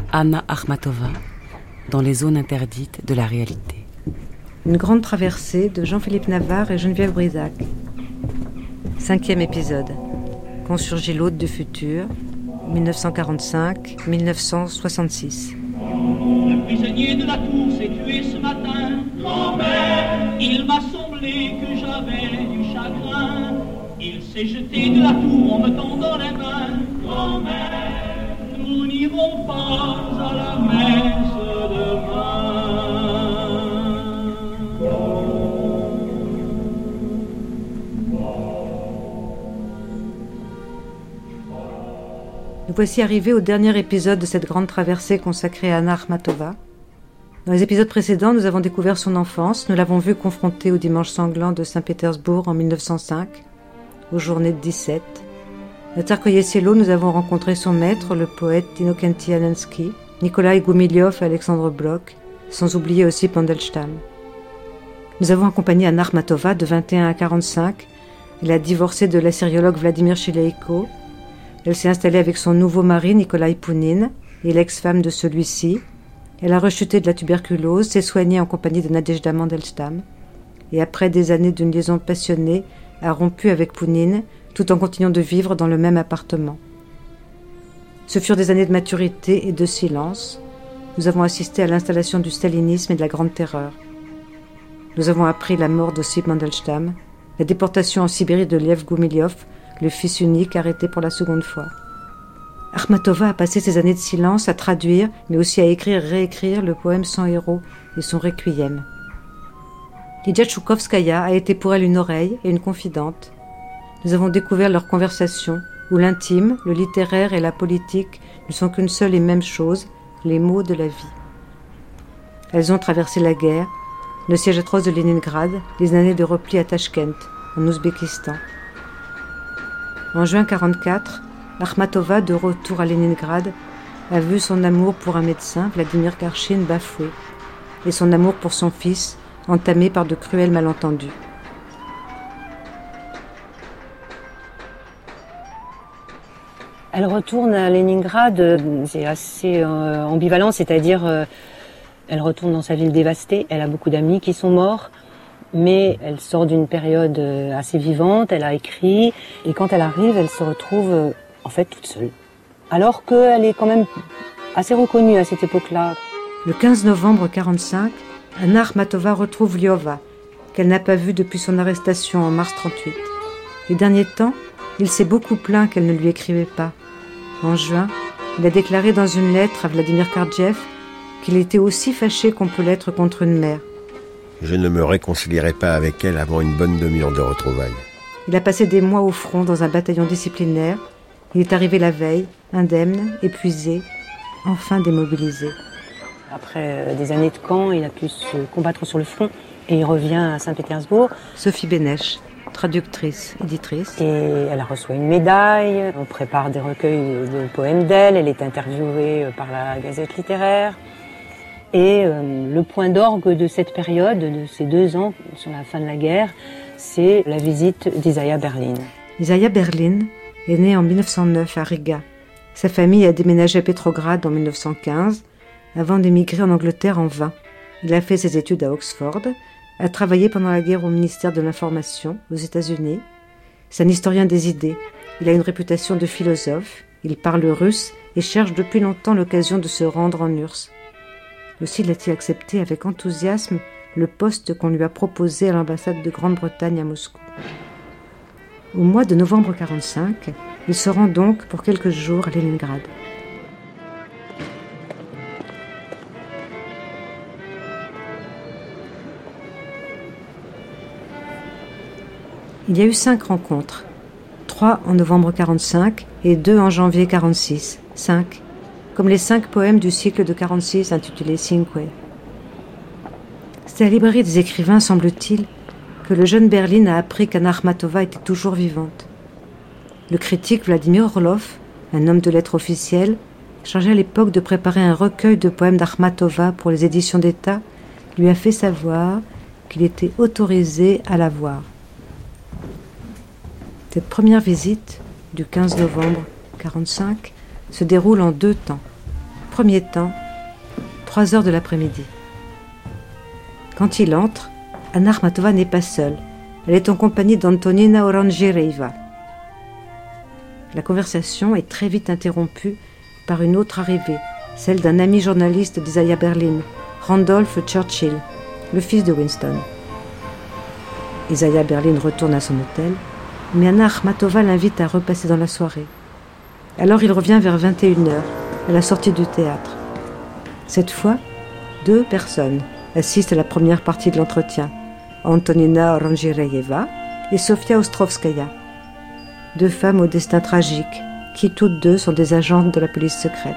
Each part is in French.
Anna Akhmatova, dans les zones interdites de la réalité. Une grande traversée de Jean-Philippe Navarre et Geneviève Brisac. 5e épisode. Quand surgit l'hôte du futur, 1945-1966. Le prisonnier de la tour s'est tué ce matin. Grand-mère, il m'a semblé que j'avais du chagrin. Il s'est jeté de la tour en me tendant les mains. Grand-mère, nous n'irons pas à la messe demain. Nous voici arrivés au dernier épisode de cette grande traversée consacrée à Anna Akhmatova. Dans les épisodes précédents, nous avons découvert son enfance. Nous l'avons vue confrontée au dimanche sanglant de Saint-Pétersbourg en 1905, aux journées de 17. À Tsarkoye-Selo, nous avons rencontré son maître, le poète Innokenty Anensky, Nikolai Goumilyov et Alexandre Blok, sans oublier aussi Mandelstam. Nous avons accompagné Anna Akhmatova de 21 à 45. Elle a divorcé de l'assyriologue Vladimir Chileïko. Elle s'est installée avec son nouveau mari, Nikolai Pounine, et l'ex-femme de celui-ci. Elle a rechuté de la tuberculose, s'est soignée en compagnie de Nadejda Mandelstam, et après des années d'une liaison passionnée, a rompu avec Pounine, tout en continuant de vivre dans le même appartement. Ce furent des années de maturité et de silence. Nous avons assisté à l'installation du stalinisme et de la Grande Terreur. Nous avons appris la mort d'Ossip Mandelstam, la déportation en Sibérie de Lev Goumilyov, le fils unique arrêté pour la seconde fois. Akhmatova a passé ces années de silence à traduire, mais aussi à écrire et réécrire le poème Sans héros et son requiem. Lydia Tchoukovskaya a été pour elle une oreille et une confidente. Nous avons découvert leur conversation, où l'intime, le littéraire et la politique ne sont qu'une seule et même chose, les mots de la vie. Elles ont traversé la guerre, le siège atroce de Leningrad, les années de repli à Tachkent, en Ouzbékistan. En juin 1944, Akhmatova, de retour à Leningrad, a vu son amour pour un médecin, Vladimir Garchine, bafoué, et son amour pour son fils, entamé par de cruels malentendus. Elle retourne à Leningrad, c'est assez ambivalent, c'est-à-dire elle retourne dans sa ville dévastée, elle a beaucoup d'amis qui sont morts, mais elle sort d'une période assez vivante, elle a écrit, et quand elle arrive, elle se retrouve en fait toute seule. Alors qu'elle est quand même assez reconnue à cette époque-là. Le 15 novembre 1945, Anna Akhmatova retrouve Lyova, qu'elle n'a pas vue depuis son arrestation en mars 1938. Les derniers temps, il s'est beaucoup plaint qu'elle ne lui écrivait pas. En juin, il a déclaré dans une lettre à Vladimir Kardjev qu'il était aussi fâché qu'on peut l'être contre une mère. Je ne me réconcilierai pas avec elle avant une bonne demi-heure de retrouvailles. Il a passé des mois au front dans un bataillon disciplinaire. Il est arrivé la veille, indemne, épuisé, enfin démobilisé. Après des années de camp, il a pu se combattre sur le front et il revient à Saint-Pétersbourg. Sophie Bénèche, traductrice, éditrice. Et elle reçoit une médaille, on prépare des recueils de poèmes d'elle, elle est interviewée par la Gazette littéraire. Et le point d'orgue de cette période, de ces 2 ans sur la fin de la guerre, c'est la visite d'Isaiah Berlin. Isaiah Berlin est né en 1909 à Riga. Sa famille a déménagé à Petrograd en 1915, avant d'émigrer en Angleterre en 1920. Il a fait ses études à Oxford, a travaillé pendant la guerre au ministère de l'Information aux États-Unis. C'est un historien des idées. Il a une réputation de philosophe, il parle russe et cherche depuis longtemps l'occasion de se rendre en URSS. Aussi l'a-t-il accepté avec enthousiasme le poste qu'on lui a proposé à l'ambassade de Grande-Bretagne à Moscou. Au mois de novembre 1945, il se rend donc pour quelques jours à Leningrad. Il y a eu 5 rencontres, 3 en novembre 1945 et 2 en janvier 1946, 5. Comme les 5 poèmes du cycle de 1946 intitulé Cinque. C'est à la librairie des écrivains, semble-t-il, que le jeune Berlin a appris qu'Anna Akhmatova était toujours vivante. Le critique Vladimir Orlov, un homme de lettres officiel, chargé à l'époque de préparer un recueil de poèmes d'Akhmatova pour les éditions d'État, lui a fait savoir qu'il était autorisé à la voir. Cette première visite, du 15 novembre 1945, se déroule en 2 temps. premier temps, 3 heures de l'après-midi. Quand il entre, Anna Akhmatova n'est pas seule. Elle est en compagnie d'Antonina Orangireeva. La conversation est très vite interrompue par une autre arrivée, celle d'un ami journaliste d'Isaiah Berlin, Randolph Churchill, le fils de Winston. Isaiah Berlin retourne à son hôtel, mais Anna Akhmatova l'invite à repasser dans la soirée. Alors il revient vers 21h, à la sortie du théâtre. Cette fois, 2 personnes assistent à la première partie de l'entretien, Antonina Orangireeva et Sofia Ostrovskaya, 2 femmes au destin tragique, qui toutes 2 sont des agentes de la police secrète.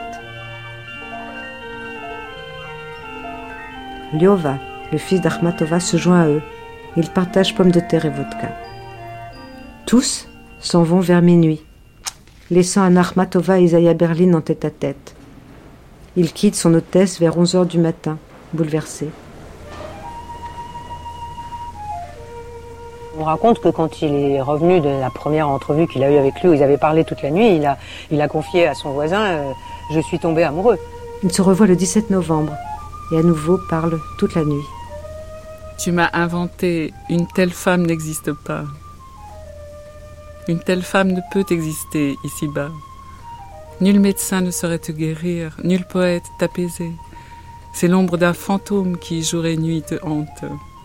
Lyova, le fils d'Akhmatova, se joint à eux. Ils partagent pommes de terre et vodka. Tous s'en vont vers minuit, laissant Anna Akhmatova et Isaiah Berlin en tête-à-tête. Il quitte son hôtesse vers 11h du matin, bouleversé. On raconte que quand il est revenu de la première entrevue qu'il a eue avec lui, où ils avaient parlé toute la nuit, il a confié à son voisin « Je suis tombé amoureux ». Ils se revoient le 17 novembre et à nouveau parlent toute la nuit. Tu m'as inventé, une telle femme n'existe pas. Une telle femme ne peut exister ici-bas. Nul médecin ne saurait te guérir, nul poète t'apaiser. C'est l'ombre d'un fantôme qui, jour et nuit, te hante.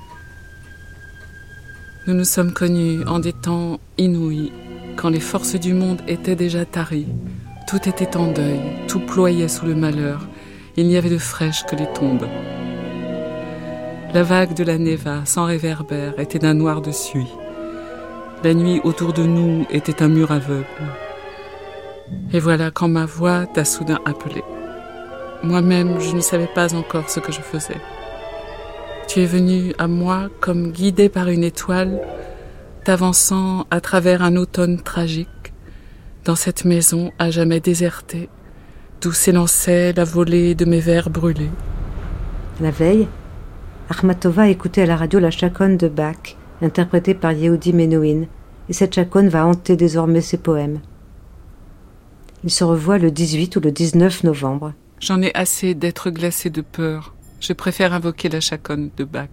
Nous nous sommes connus en des temps inouïs, quand les forces du monde étaient déjà taries. Tout était en deuil, tout ployait sous le malheur. Il n'y avait de fraîche que les tombes. La vague de la Neva, sans réverbère, était d'un noir de suie. La nuit autour de nous était un mur aveugle. Et voilà quand ma voix t'a soudain appelé. Moi-même, je ne savais pas encore ce que je faisais. Tu es venu à moi comme guidé par une étoile, t'avançant à travers un automne tragique, dans cette maison à jamais désertée, d'où s'élançait la volée de mes vers brûlés. La veille, Akhmatova écoutait à la radio la chaconne de Bach, interprétée par Yehudi Menuhin, et cette chaconne va hanter désormais ses poèmes. Ils se revoient le 18 ou le 19 novembre. J'en ai assez d'être glacée de peur. Je préfère invoquer la chaconne de Bach.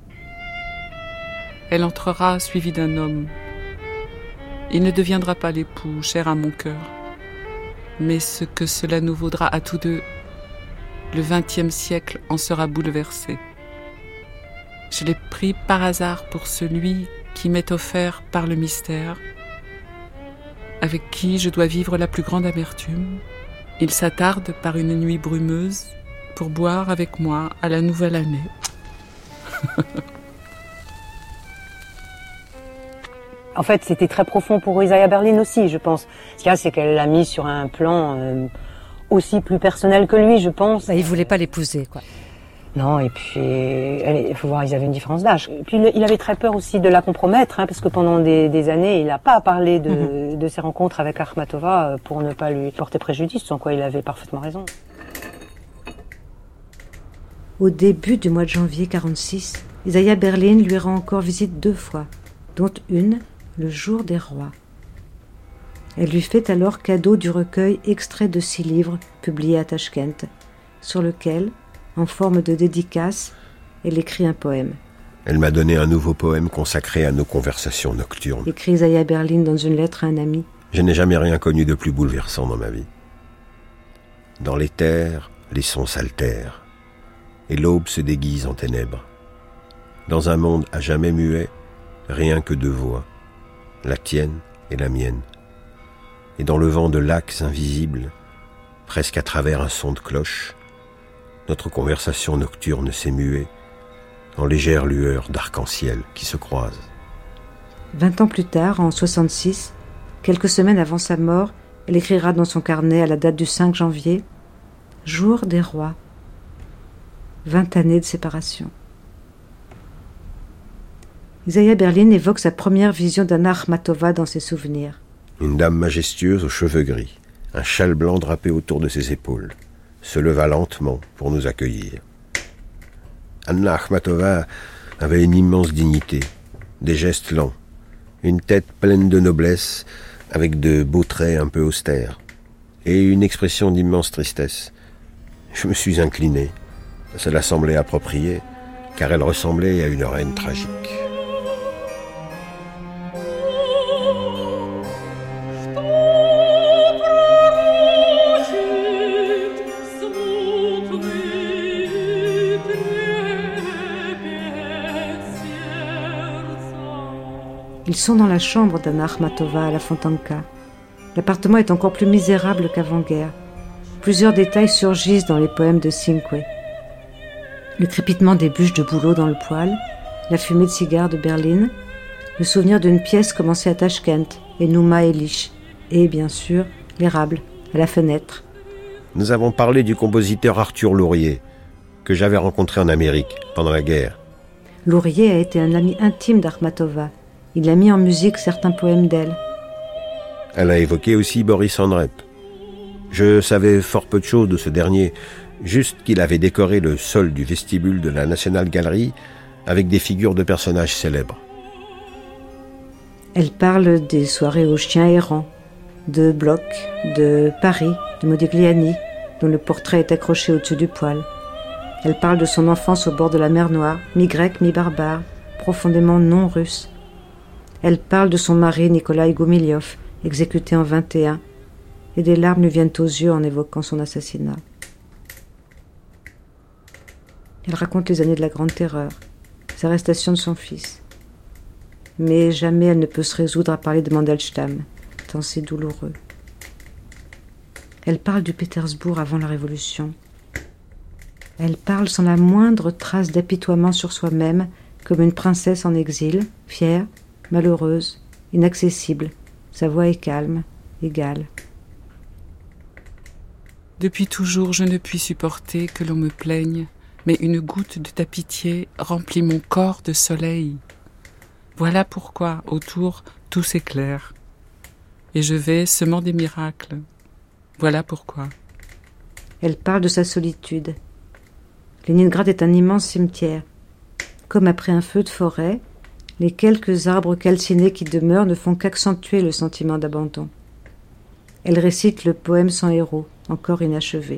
Elle entrera suivie d'un homme. Il ne deviendra pas l'époux cher à mon cœur, mais ce que cela nous vaudra à tous deux, le 20e siècle en sera bouleversé. Je l'ai pris par hasard pour celui qui m'est offert par le mystère, avec qui je dois vivre la plus grande amertume. Il s'attarde par une nuit brumeuse pour boire avec moi à la nouvelle année. En fait, c'était très profond pour Isaiah Berlin aussi, je pense. Ce qu'il y a, c'est qu'elle l'a mis sur un plan aussi plus personnel que lui, je pense. Il voulait pas l'épouser, quoi. Non, et puis, il faut voir, ils avaient une différence d'âge. Et puis, il avait très peur aussi de la compromettre, parce que pendant des années, il n'a pas parlé de ses rencontres avec Akhmatova pour ne pas lui porter préjudice, sans quoi il avait parfaitement raison. Au début du mois de janvier 1946, Isaiah Berlin lui rend encore visite 2 fois, dont une le jour des rois. Elle lui fait alors cadeau du recueil extrait de 6 livres publiés à Tachkent, sur lequel, en forme de dédicace, elle écrit un poème. Elle m'a donné un nouveau poème consacré à nos conversations nocturnes. Écrit Isaiah Berlin dans une lettre à un ami. Je n'ai jamais rien connu de plus bouleversant dans ma vie. Dans l'éther, les sons s'altèrent, et l'aube se déguise en ténèbres. Dans un monde à jamais muet, rien que 2 voix, la tienne et la mienne. Et dans le vent de lacs invisibles, presque à travers un son de cloche, notre conversation nocturne s'est muée en légères lueurs d'arc-en-ciel qui se croisent. 20 ans plus tard, en 1966, quelques semaines avant sa mort, elle écrira dans son carnet à la date du 5 janvier « Jour des rois ». 20 années de séparation. Isaiah Berlin évoque sa première vision d'Anna Akhmatova dans ses souvenirs. Une dame majestueuse aux cheveux gris, un châle blanc drapé autour de ses épaules, se leva lentement pour nous accueillir. Anna Akhmatova avait une immense dignité, des gestes lents, une tête pleine de noblesse, avec de beaux traits un peu austères, et une expression d'immense tristesse. Je me suis incliné. Cela semblait approprié, car elle ressemblait à une reine tragique. Ils sont dans la chambre d'Anna Akhmatova à la Fontanka. L'appartement est encore plus misérable qu'avant-guerre. Plusieurs détails surgissent dans les poèmes de Cinque. Le crépitement des bûches de bouleau dans le poêle, la fumée de cigares de Berlin, le souvenir d'une pièce commencée à Tachkent, et Nouma Elish, et bien sûr, l'érable, à la fenêtre. Nous avons parlé du compositeur Arthur Lourier, que j'avais rencontré en Amérique pendant la guerre. Lourier a été un ami intime d'Akhmatova. Il a mis en musique certains poèmes d'elle. Elle a évoqué aussi Boris Andrep. Je savais fort peu de choses de ce dernier, juste qu'il avait décoré le sol du vestibule de la National Gallery avec des figures de personnages célèbres. Elle parle des soirées aux chiens errants, de Bloch, de Paris, de Modigliani, dont le portrait est accroché au-dessus du poêle. Elle parle de son enfance au bord de la mer Noire, mi-grecque, mi-barbare, profondément non russe. Elle parle de son mari Nikolai Goumilyov, exécuté en 21, et des larmes lui viennent aux yeux en évoquant son assassinat. Elle raconte les années de la Grande Terreur, les arrestations de son fils. Mais jamais elle ne peut se résoudre à parler de Mandelstam, tant c'est douloureux. Elle parle du Pétersbourg avant la Révolution. Elle parle sans la moindre trace d'apitoiement sur soi-même, comme une princesse en exil, fière, malheureuse, inaccessible. Sa voix est calme, égale. Depuis toujours, je ne puis supporter que l'on me plaigne, mais une goutte de ta pitié remplit mon corps de soleil. Voilà pourquoi, autour, tout s'éclaire. Et je vais semant des miracles. Voilà pourquoi. Elle parle de sa solitude. Leningrad est un immense cimetière. Comme après un feu de forêt, les quelques arbres calcinés qui demeurent ne font qu'accentuer le sentiment d'abandon. Elle récite le poème sans héros, encore inachevé.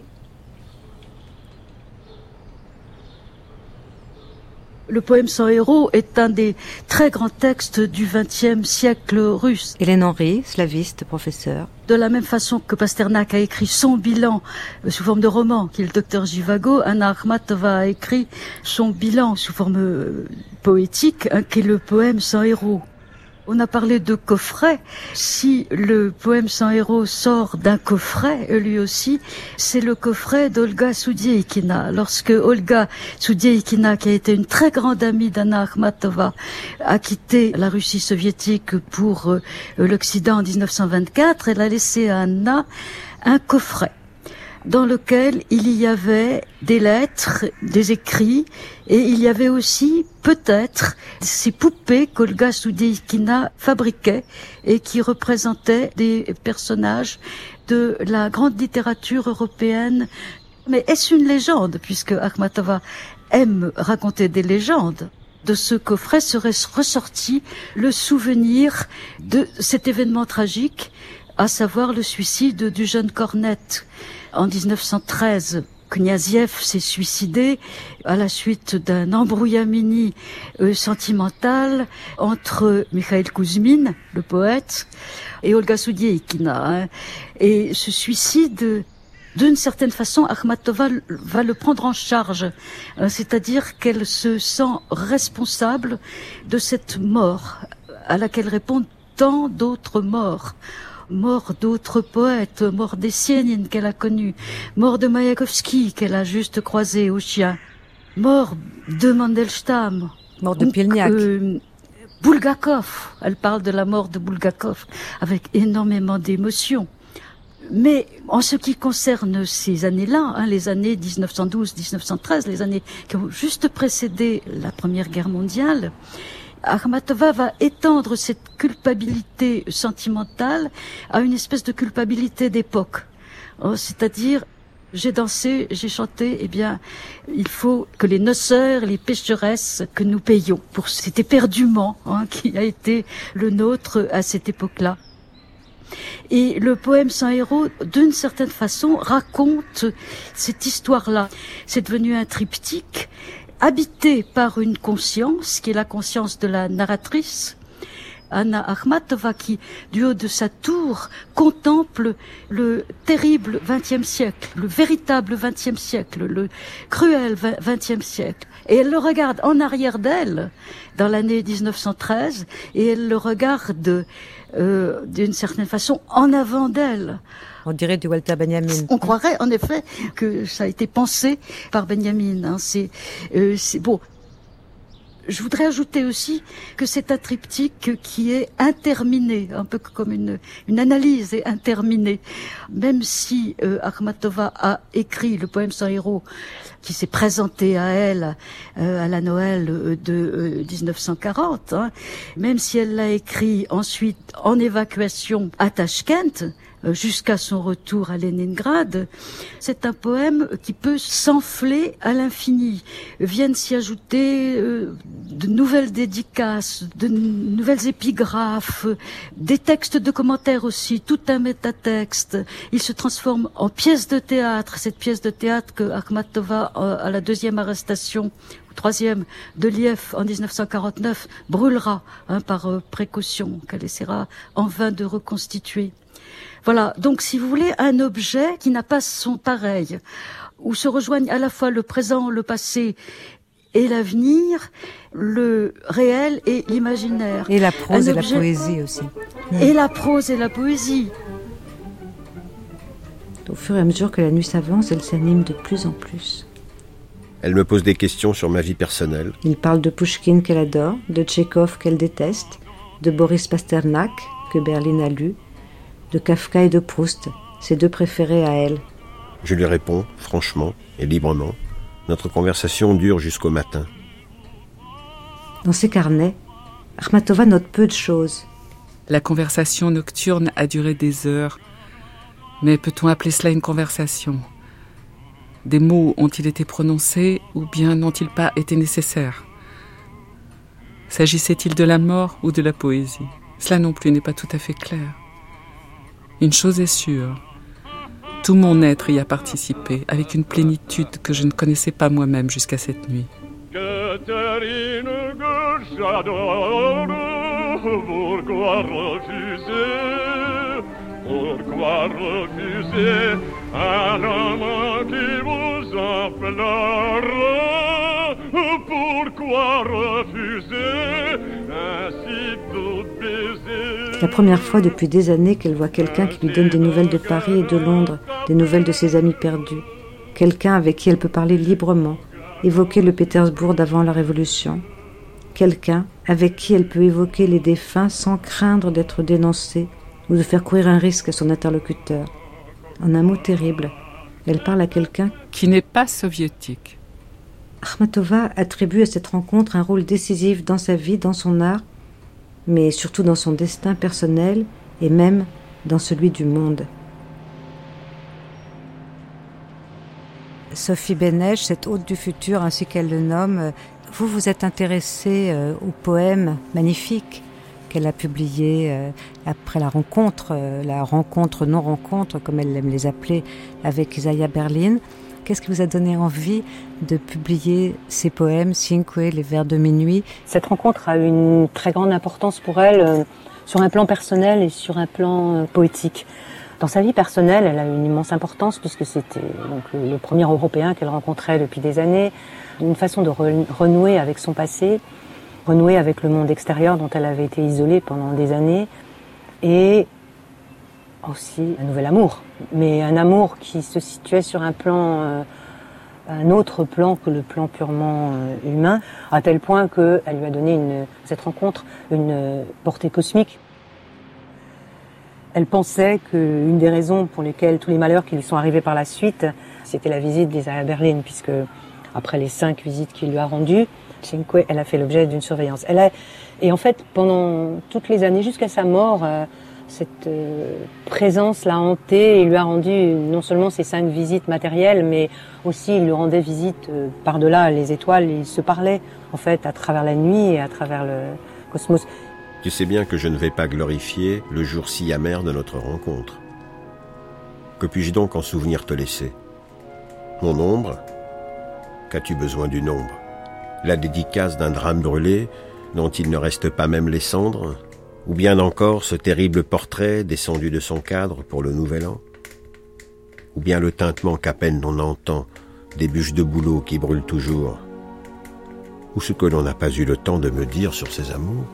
Le poème sans héros est un des très grands textes du XXe siècle russe. Hélène Henry, slaviste, professeure. De la même façon que Pasternak a écrit son bilan sous forme de roman, qui est le docteur Zhivago, Anna Akhmatova a écrit son bilan sous forme poétique, qui est le poème sans héros. On a parlé de coffret. Si le poème sans héros sort d'un coffret, lui aussi, c'est le coffret d'Olga Soudieikina. Lorsque Olga Soudieikina, qui a été une très grande amie d'Anna Akhmatova, a quitté la Russie soviétique pour l'Occident en 1924, elle a laissé à Anna un coffret dans lequel il y avait des lettres, des écrits, et il y avait aussi, peut-être, ces poupées qu'Olga Soudieikina fabriquait et qui représentaient des personnages de la grande littérature européenne. Mais est-ce une légende, puisque Akhmatova aime raconter des légendes? De ce coffret serait ressorti le souvenir de cet événement tragique, à savoir le suicide du jeune cornette. En 1913, Kniaziev s'est suicidé à la suite d'un embrouillamini sentimental entre Mikhail Kouzmin, le poète, et Olga Soudieikina. Et ce suicide, d'une certaine façon, Akhmatova va le prendre en charge, c'est-à-dire qu'elle se sent responsable de cette mort à laquelle répondent tant d'autres morts. Mort d'autres poètes, mort d'Essiénine qu'elle a connue, mort de Mayakovsky qu'elle a juste croisé au chien, mort de Mandelstam, mort de Pielniak, Bulgakov. Elle parle de la mort de Bulgakov avec énormément d'émotion. Mais en ce qui concerne ces années-là, les années 1912-1913, les années qui ont juste précédé la Première Guerre mondiale, Akhmatova va étendre cette culpabilité sentimentale à une espèce de culpabilité d'époque. C'est-à-dire, j'ai dansé, j'ai chanté, eh bien, il faut que les noceurs, les pécheresses, que nous payions pour cet éperdument qui a été le nôtre à cette époque-là. Et le poème Sans héros, d'une certaine façon, raconte cette histoire-là. C'est devenu un triptyque habité par une conscience, qui est la conscience de la narratrice, Anna Akhmatova, qui, du haut de sa tour, contemple le terrible XXe siècle, le véritable XXe siècle, le cruel XXe siècle. Et elle le regarde en arrière d'elle, dans l'année 1913, et elle le regarde d'une certaine façon en avant d'elle. On dirait du Walter Benjamin. On croirait en effet que ça a été pensé par Benjamin. C'est bon. Je voudrais ajouter aussi que c'est un triptyque qui est interminé, un peu comme une analyse est interminée. Même si Akhmatova a écrit le poème Sans héros, qui s'est présenté à elle à la Noël de 1940, même si elle l'a écrit ensuite en évacuation à Tachkent, jusqu'à son retour à Leningrad, c'est un poème qui peut s'enfler à l'infini. Viennent s'y ajouter de nouvelles dédicaces, de nouvelles épigraphes, des textes de commentaires aussi, tout un métatexte. Il se transforme en pièce de théâtre, cette pièce de théâtre que Akhmatova, à la deuxième arrestation, troisième de Liev en 1949, brûlera par précaution, qu'elle essaiera en vain de reconstituer. Voilà, donc si vous voulez, un objet qui n'a pas son pareil, où se rejoignent à la fois le présent, le passé et l'avenir, le réel et l'imaginaire. Et la prose et la poésie aussi. Et la prose et la poésie. Au fur et à mesure que la nuit s'avance, elle s'anime de plus en plus. Elle me pose des questions sur ma vie personnelle. Il parle de Pouchkine qu'elle adore, de Tchekhov qu'elle déteste, de Boris Pasternak que Berline a lu, de Kafka et de Proust, ses deux préférés à elle. Je lui réponds, franchement et librement. Notre conversation dure jusqu'au matin. Dans ses carnets, Akhmatova note peu de choses. La conversation nocturne a duré des heures. Mais peut-on appeler cela une conversation ? Des mots ont-ils été prononcés ou bien n'ont-ils pas été nécessaires ? S'agissait-il de la mort ou de la poésie ? Cela non plus n'est pas tout à fait clair. Une chose est sûre, tout mon être y a participé, avec une plénitude que je ne connaissais pas moi-même jusqu'à cette nuit. Catherine que j'adore, pourquoi refuser un homme qui vous implore? Pourquoi refuser un si beau baiser? C'est la première fois depuis des années qu'elle voit quelqu'un qui lui donne des nouvelles de Paris et de Londres, des nouvelles de ses amis perdus. Quelqu'un avec qui elle peut parler librement, évoquer le Pétersbourg d'avant la Révolution. Quelqu'un avec qui elle peut évoquer les défunts sans craindre d'être dénoncée ou de faire courir un risque à son interlocuteur. En un mot terrible, elle parle à quelqu'un qui n'est pas soviétique. Akhmatova attribue à cette rencontre un rôle décisif dans sa vie, dans son art, mais surtout dans son destin personnel et même dans celui du monde. Sophie Bénèche, cette hôte du futur, ainsi qu'elle le nomme, vous vous êtes intéressée au poème magnifique qu'elle a publié après la rencontre non-rencontre, comme elle aime les appeler, avec Isaiah Berlin. Qu'est-ce qui vous a donné envie de publier ces poèmes, Cinque, les vers de minuit? Cette rencontre a eu une très grande importance pour elle, sur un plan personnel et sur un plan poétique. Dans sa vie personnelle, elle a eu une immense importance puisque c'était donc le premier Européen qu'elle rencontrait depuis des années. Une façon de renouer avec son passé, renouer avec le monde extérieur dont elle avait été isolée pendant des années, et aussi un nouvel amour, mais un amour qui se situait sur un plan, un autre plan que le plan purement humain, à tel point qu'elle lui a donné cette rencontre une portée cosmique. Elle pensait qu'une des raisons pour lesquelles tous les malheurs qui lui sont arrivés par la suite, c'était la visite d'Isaiah Berlin, puisque après les 5 visites qu'il lui a rendues, Cinque, elle a fait l'objet d'une surveillance. Et en fait, pendant toutes les années, jusqu'à sa mort, cette présence l'a hanté et lui a rendu non seulement ces 5 visites matérielles, mais aussi il lui rendait visite par-delà les étoiles. Et ils se parlaient, en fait, à travers la nuit et à travers le cosmos. Tu sais bien que je ne vais pas glorifier le jour si amer de notre rencontre. Que puis-je donc en souvenir te laisser? Mon ombre? Qu'as-tu besoin d'une ombre? La dédicace d'un drame brûlé, dont il ne reste pas même les cendres? Ou bien encore ce terrible portrait descendu de son cadre pour le nouvel an? Ou bien le tintement qu'à peine on entend des bûches de bouleau qui brûlent toujours? Ou ce que l'on n'a pas eu le temps de me dire sur ses amours?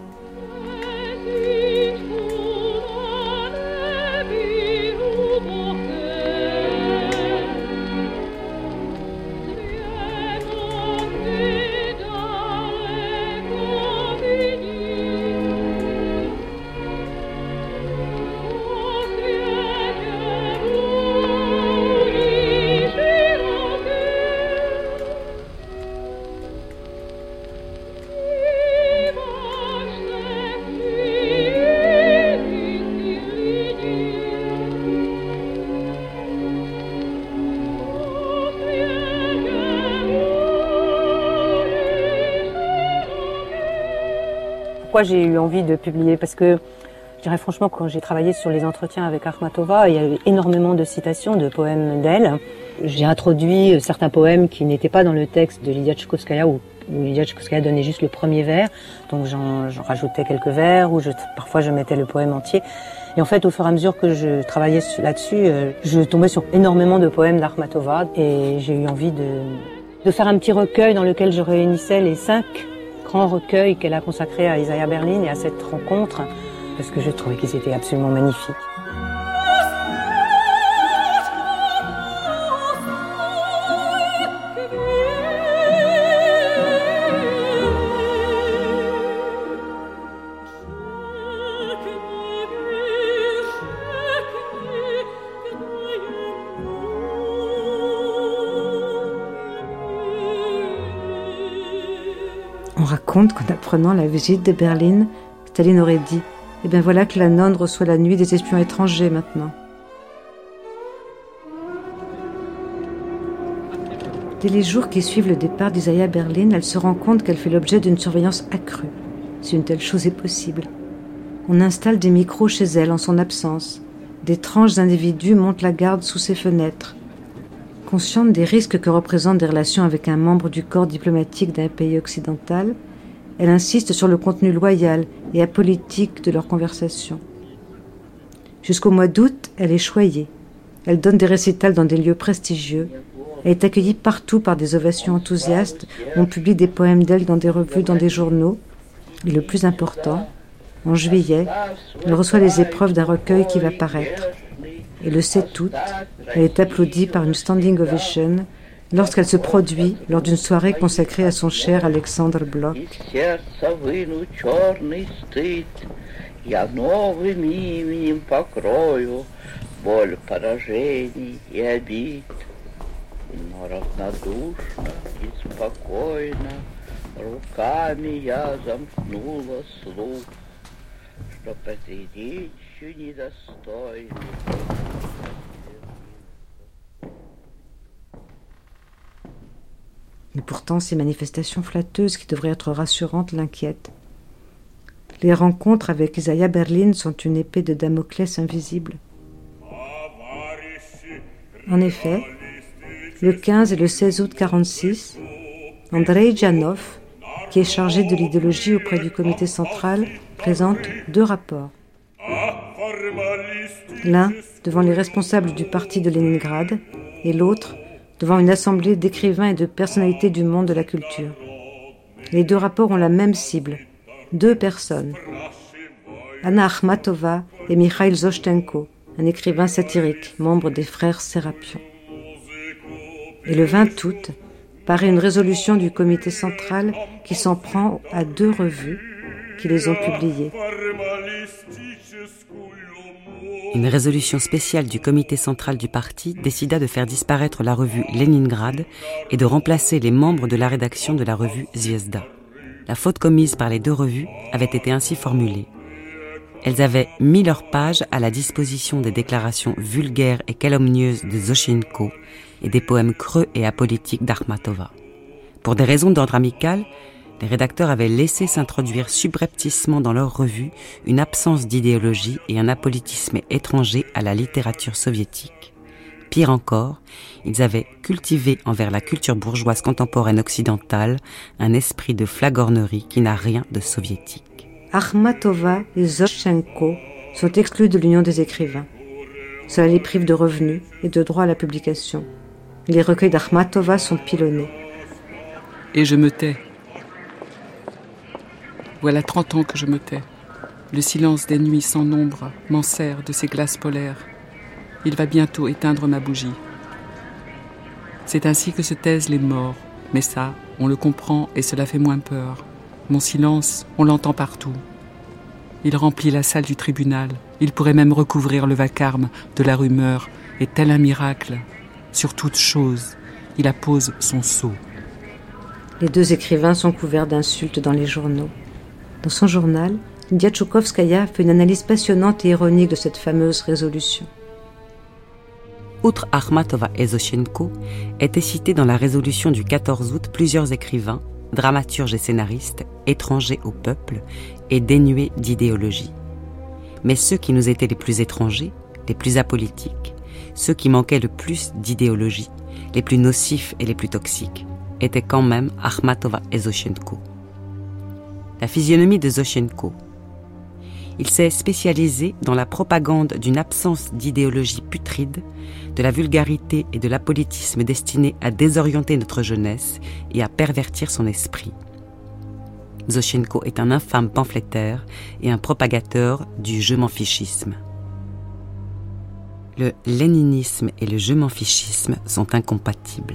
Pourquoi j'ai eu envie de publier? Parce que, je dirais franchement, quand j'ai travaillé sur les entretiens avec Akhmatova, il y avait énormément de citations de poèmes d'elle. J'ai introduit certains poèmes qui n'étaient pas dans le texte de Lydia Tchaikovskaya, où Lydia Tchaikovskaya donnait juste le premier vers, donc j'en rajoutais quelques vers, ou parfois je mettais le poème entier. Et en fait, au fur et à mesure que je travaillais là-dessus, je tombais sur énormément de poèmes d'Akhmatova, et j'ai eu envie de faire un petit recueil dans lequel je réunissais les 5 grands recueils qu'elle a consacrés à Isaiah Berlin et à cette rencontre, parce que je trouvais qu'ils étaient absolument magnifiques. On raconte qu'en apprenant la visite de Berlin, Staline aurait dit « Eh bien voilà que la nonne reçoit la nuit des espions étrangers maintenant. » Dès les jours qui suivent le départ d'Isaiah Berlin, elle se rend compte qu'elle fait l'objet d'une surveillance accrue, si une telle chose est possible. On installe des micros chez elle en son absence. D'étranges individus montent la garde sous ses fenêtres. Consciente des risques que représentent des relations avec un membre du corps diplomatique d'un pays occidental, elle insiste sur le contenu loyal et apolitique de leurs conversations. Jusqu'au mois d'août, elle est choyée. Elle donne des récitals dans des lieux prestigieux. Elle est accueillie partout par des ovations enthousiastes. On publie des poèmes d'elle dans des revues, dans des journaux. Et le plus important, en juillet, elle reçoit les épreuves d'un recueil qui va paraître. Et le 7 août, elle est applaudie par une standing ovation lorsqu'elle se produit lors d'une soirée consacrée à son cher Alexandre Blok. Et pourtant, ces manifestations flatteuses qui devraient être rassurantes l'inquiètent. Les rencontres avec Isaiah Berlin sont une épée de Damoclès invisible. En effet, le 15 et le 16 août 1946, Andrei Janov, qui est chargé de l'idéologie auprès du comité central, présente 2 rapports. L'un devant les responsables du parti de Leningrad et l'autre devant une assemblée d'écrivains et de personnalités du monde de la culture. Les 2 rapports ont la même cible, 2 personnes, Anna Akhmatova et Mikhail Zoshchenko, un écrivain satirique, membre des frères Sérapion. Et le 20 août, paraît une résolution du comité central qui s'en prend à 2 revues qui les ont publiées. Une résolution spéciale du comité central du parti décida de faire disparaître la revue Leningrad et de remplacer les membres de la rédaction de la revue Zvezda. La faute commise par les 2 revues avait été ainsi formulée. Elles avaient mis leurs pages à la disposition des déclarations vulgaires et calomnieuses de Zoshchenko et des poèmes creux et apolitiques d'Akhmatova. Pour des raisons d'ordre amical, les rédacteurs avaient laissé s'introduire subrepticement dans leur revue une absence d'idéologie et un apolitisme étranger à la littérature soviétique. Pire encore, ils avaient cultivé envers la culture bourgeoise contemporaine occidentale un esprit de flagornerie qui n'a rien de soviétique. Akhmatova et Zoshenko sont exclus de l'Union des écrivains. Cela les prive de revenus et de droit à la publication. Les recueils d'Akhmatova sont pilonnés. Et je me tais. Voilà 30 ans que je me tais. Le silence des nuits sans nombre m'enserre de ces glaces polaires. Il va bientôt éteindre ma bougie. C'est ainsi que se taisent les morts. Mais ça, on le comprend et cela fait moins peur. Mon silence, on l'entend partout. Il remplit la salle du tribunal. Il pourrait même recouvrir le vacarme de la rumeur. Et tel un miracle, sur toute chose, il appose son sceau. Les deux écrivains sont couverts d'insultes dans les journaux. Dans son journal, Lydia Tchoukovskaya fait une analyse passionnante et ironique de cette fameuse résolution. Outre Akhmatova et Zoshenko, étaient cités dans la résolution du 14 août plusieurs écrivains, dramaturges et scénaristes, étrangers au peuple et dénués d'idéologie. Mais ceux qui nous étaient les plus étrangers, les plus apolitiques, ceux qui manquaient le plus d'idéologie, les plus nocifs et les plus toxiques, étaient quand même Akhmatova et Zoshenko. La physionomie de Zoshenko. Il s'est spécialisé dans la propagande d'une absence d'idéologie putride, de la vulgarité et de l'apolitisme destinés à désorienter notre jeunesse et à pervertir son esprit. Zoshenko est un infâme pamphlétaire et un propagateur du je m'en fichisme. Le léninisme et le je m'en fichisme sont incompatibles.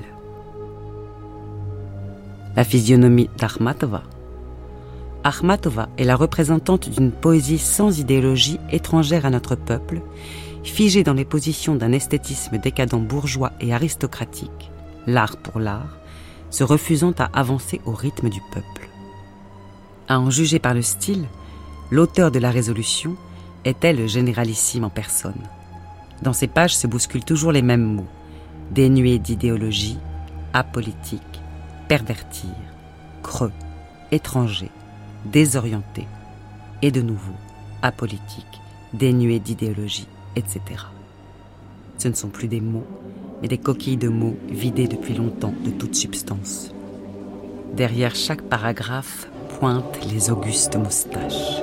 La physionomie d'Akhmatova. Akhmatova est la représentante d'une poésie sans idéologie étrangère à notre peuple, figée dans les positions d'un esthétisme décadent bourgeois et aristocratique, l'art pour l'art, se refusant à avancer au rythme du peuple. À en juger par le style, l'auteur de la résolution était le généralissime en personne. Dans ces pages se bousculent toujours les mêmes mots, dénués d'idéologie, apolitique, pervertir, creux, étranger, désorienté, et de nouveau, apolitique, dénué d'idéologie, etc. Ce ne sont plus des mots, mais des coquilles de mots vidées depuis longtemps de toute substance. Derrière chaque paragraphe pointent les augustes moustaches.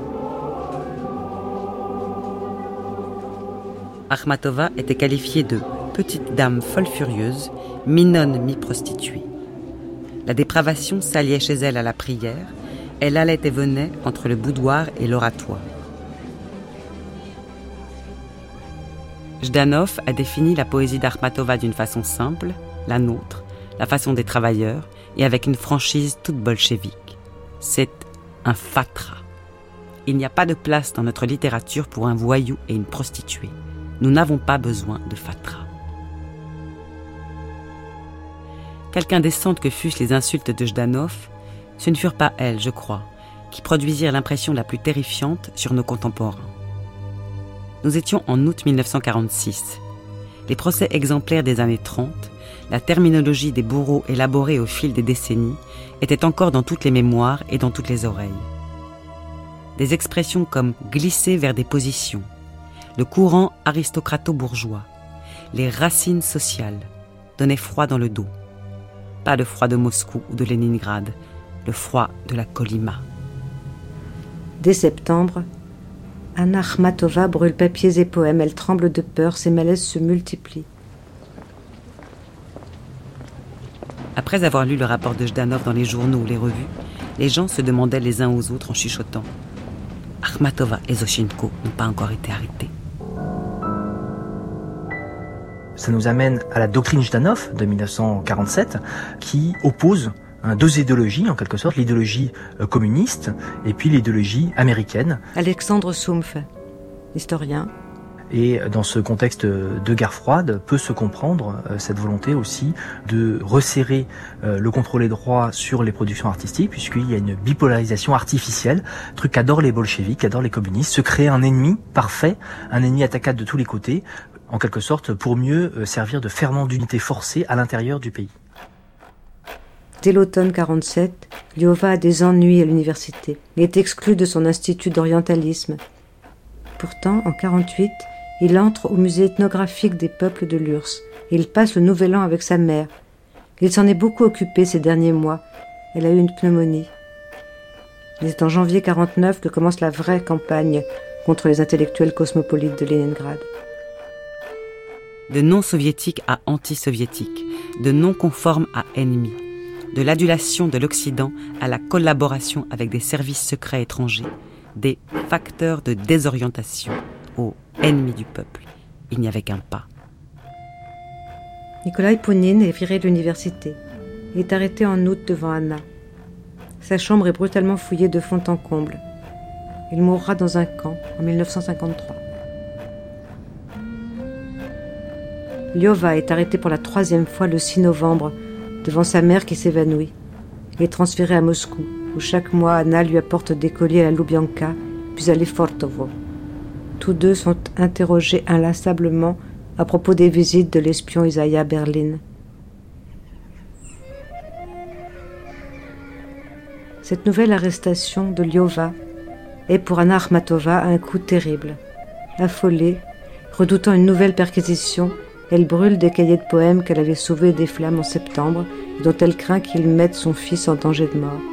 Akhmatova était qualifiée de petite dame folle furieuse, minonne mi-prostituée. La dépravation s'alliait chez elle à la prière. Elle allait et venait entre le boudoir et l'oratoire. Jdanov a défini la poésie d'Akhmatova d'une façon simple, la nôtre, la façon des travailleurs, et avec une franchise toute bolchevique. C'est un fatra. Il n'y a pas de place dans notre littérature pour un voyou et une prostituée. Nous n'avons pas besoin de fatra. Quelque indécentes que fussent les insultes de Jdanov, ce ne furent pas elles, je crois, qui produisirent l'impression la plus terrifiante sur nos contemporains. Nous étions en août 1946. Les procès exemplaires des années 30, la terminologie des bourreaux élaborée au fil des décennies, étaient encore dans toutes les mémoires et dans toutes les oreilles. Des expressions comme « glisser vers des positions », le courant aristocrato-bourgeois, les racines sociales, donnaient froid dans le dos. Pas le froid de Moscou ou de Leningrad, le froid de la Kolyma. Dès septembre, Anna Akhmatova brûle papiers et poèmes. Elle tremble de peur, ses malaises se multiplient. Après avoir lu le rapport de Jdanov dans les journaux ou les revues, les gens se demandaient les uns aux autres en chuchotant « Akhmatova et Zoshenko n'ont pas encore été arrêtés ». Ça nous amène à la doctrine Jdanov de 1947 qui oppose deux idéologies en quelque sorte, l'idéologie communiste et puis l'idéologie américaine. Alexandre Soumf, historien. Et dans ce contexte de guerre froide, peut se comprendre cette volonté aussi de resserrer le contrôle des droits sur les productions artistiques, puisqu'il y a une bipolarisation artificielle, truc qu'adorent les bolcheviks, qu'adorent les communistes, se créer un ennemi parfait, un ennemi attaquable de tous les côtés, en quelque sorte pour mieux servir de ferment d'unité forcée à l'intérieur du pays. Dès l'automne 47, Liova a des ennuis à l'université. Il est exclu de son institut d'orientalisme. Pourtant, en 1948, il entre au musée ethnographique des peuples de l'URSS et il passe le nouvel an avec sa mère. Il s'en est beaucoup occupé ces derniers mois. Elle a eu une pneumonie. C'est en janvier 1949 que commence la vraie campagne contre les intellectuels cosmopolites de Leningrad. De non-soviétiques à anti-soviétiques, de non-conformes à ennemis, de l'adulation de l'Occident à la collaboration avec des services secrets étrangers, des facteurs de désorientation aux ennemis du peuple. Il n'y avait qu'un pas. Nikolai Pounine est viré de l'université. Il est arrêté en août devant Anna. Sa chambre est brutalement fouillée de fond en comble. Il mourra dans un camp en 1953. Liova est arrêté pour la 3e fois le 6 novembre devant sa mère qui s'évanouit. Il est transféré à Moscou, où chaque mois Anna lui apporte des colis à la Loubianka, puis à Lefortovo. Tous deux sont interrogés inlassablement à propos des visites de l'espion Isaiah Berlin. Cette nouvelle arrestation de Liova est pour Anna Akhmatova un coup terrible. Affolée, redoutant une nouvelle perquisition, elle brûle des cahiers de poèmes qu'elle avait sauvés des flammes en septembre et dont elle craint qu'ils mettent son fils en danger de mort.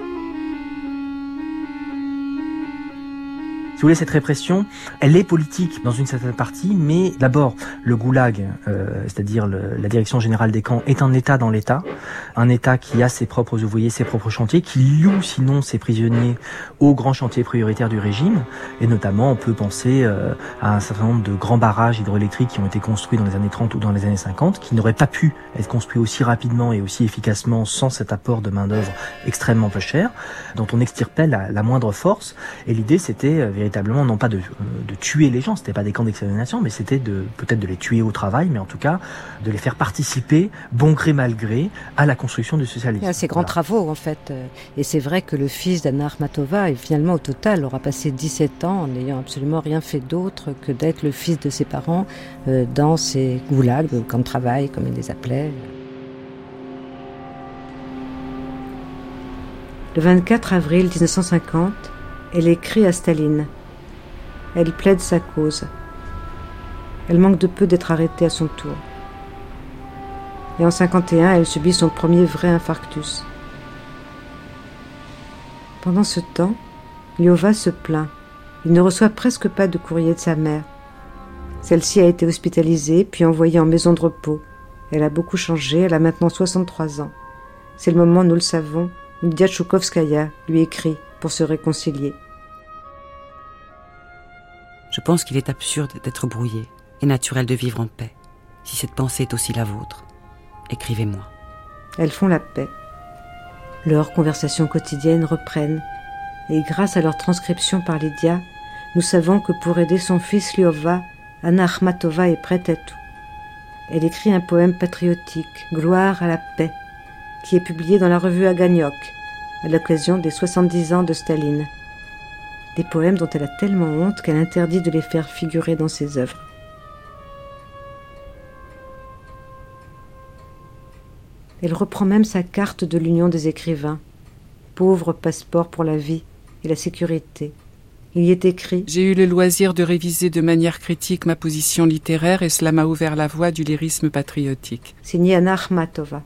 Si vous voulez, cette répression, elle est politique dans une certaine partie, mais d'abord, le goulag, c'est-à-dire la direction générale des camps, est un État dans l'État, un État qui a ses propres ouvriers, ses propres chantiers, qui loue sinon ses prisonniers aux grands chantiers prioritaires du régime, et notamment on peut penser à un certain nombre de grands barrages hydroélectriques qui ont été construits dans les années 30 ou dans les années 50, qui n'auraient pas pu être construits aussi rapidement et aussi efficacement sans cet apport de main-d'œuvre extrêmement peu cher, dont on extirpait la moindre force, et l'idée c'était véritablement non pas de tuer les gens, c'était pas des camps d'extermination, mais c'était peut-être de les tuer au travail, mais en tout cas de les faire participer, bon gré mal gré, à la construction du socialisme. À ces grands travaux en fait. Et c'est vrai que le fils d'Anna Akhmatova, finalement au total, aura passé 17 ans en n'ayant absolument rien fait d'autre que d'être le fils de ses parents dans ces goulags, camps de travail, comme ils les appelaient. Le 24 avril 1950, elle écrit à Staline. Elle plaide sa cause. Elle manque de peu d'être arrêtée à son tour. Et en 1951, elle subit son premier vrai infarctus. Pendant ce temps, Liova se plaint. Il ne reçoit presque pas de courrier de sa mère. Celle-ci a été hospitalisée, puis envoyée en maison de repos. Elle a beaucoup changé, elle a maintenant 63 ans. C'est le moment, nous le savons, où Lydia Tchoukovskaya lui écrit pour se réconcilier. Je pense qu'il est absurde d'être brouillé et naturel de vivre en paix. Si cette pensée est aussi la vôtre, écrivez-moi. Elles font la paix. Leurs conversations quotidiennes reprennent. Et grâce à leur transcription par Lydia, nous savons que pour aider son fils Liova, Anna Akhmatova est prête à tout. Elle écrit un poème patriotique, Gloire à la paix, qui est publié dans la revue Aganyok, à l'occasion des 70 ans de Staline. Des poèmes dont elle a tellement honte qu'elle interdit de les faire figurer dans ses œuvres. Elle reprend même sa carte de l'Union des écrivains, pauvre passeport pour la vie et la sécurité. Il y est écrit « J'ai eu le loisir de réviser de manière critique ma position littéraire et cela m'a ouvert la voie du lyrisme patriotique. » Signé Anna Akhmatova.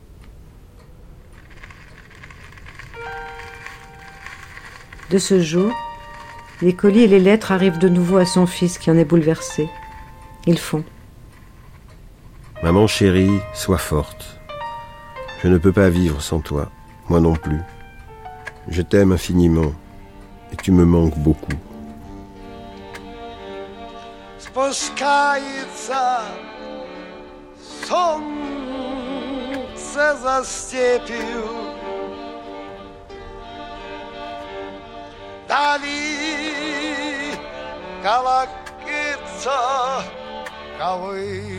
De ce jour, les colis et les lettres arrivent de nouveau à son fils qui en est bouleversé. Ils font « Maman chérie, sois forte. Je ne peux pas vivre sans toi, moi non plus. Je t'aime infiniment et tu me manques beaucoup. » Спускается солнце за степью, вдали колокится ковыль.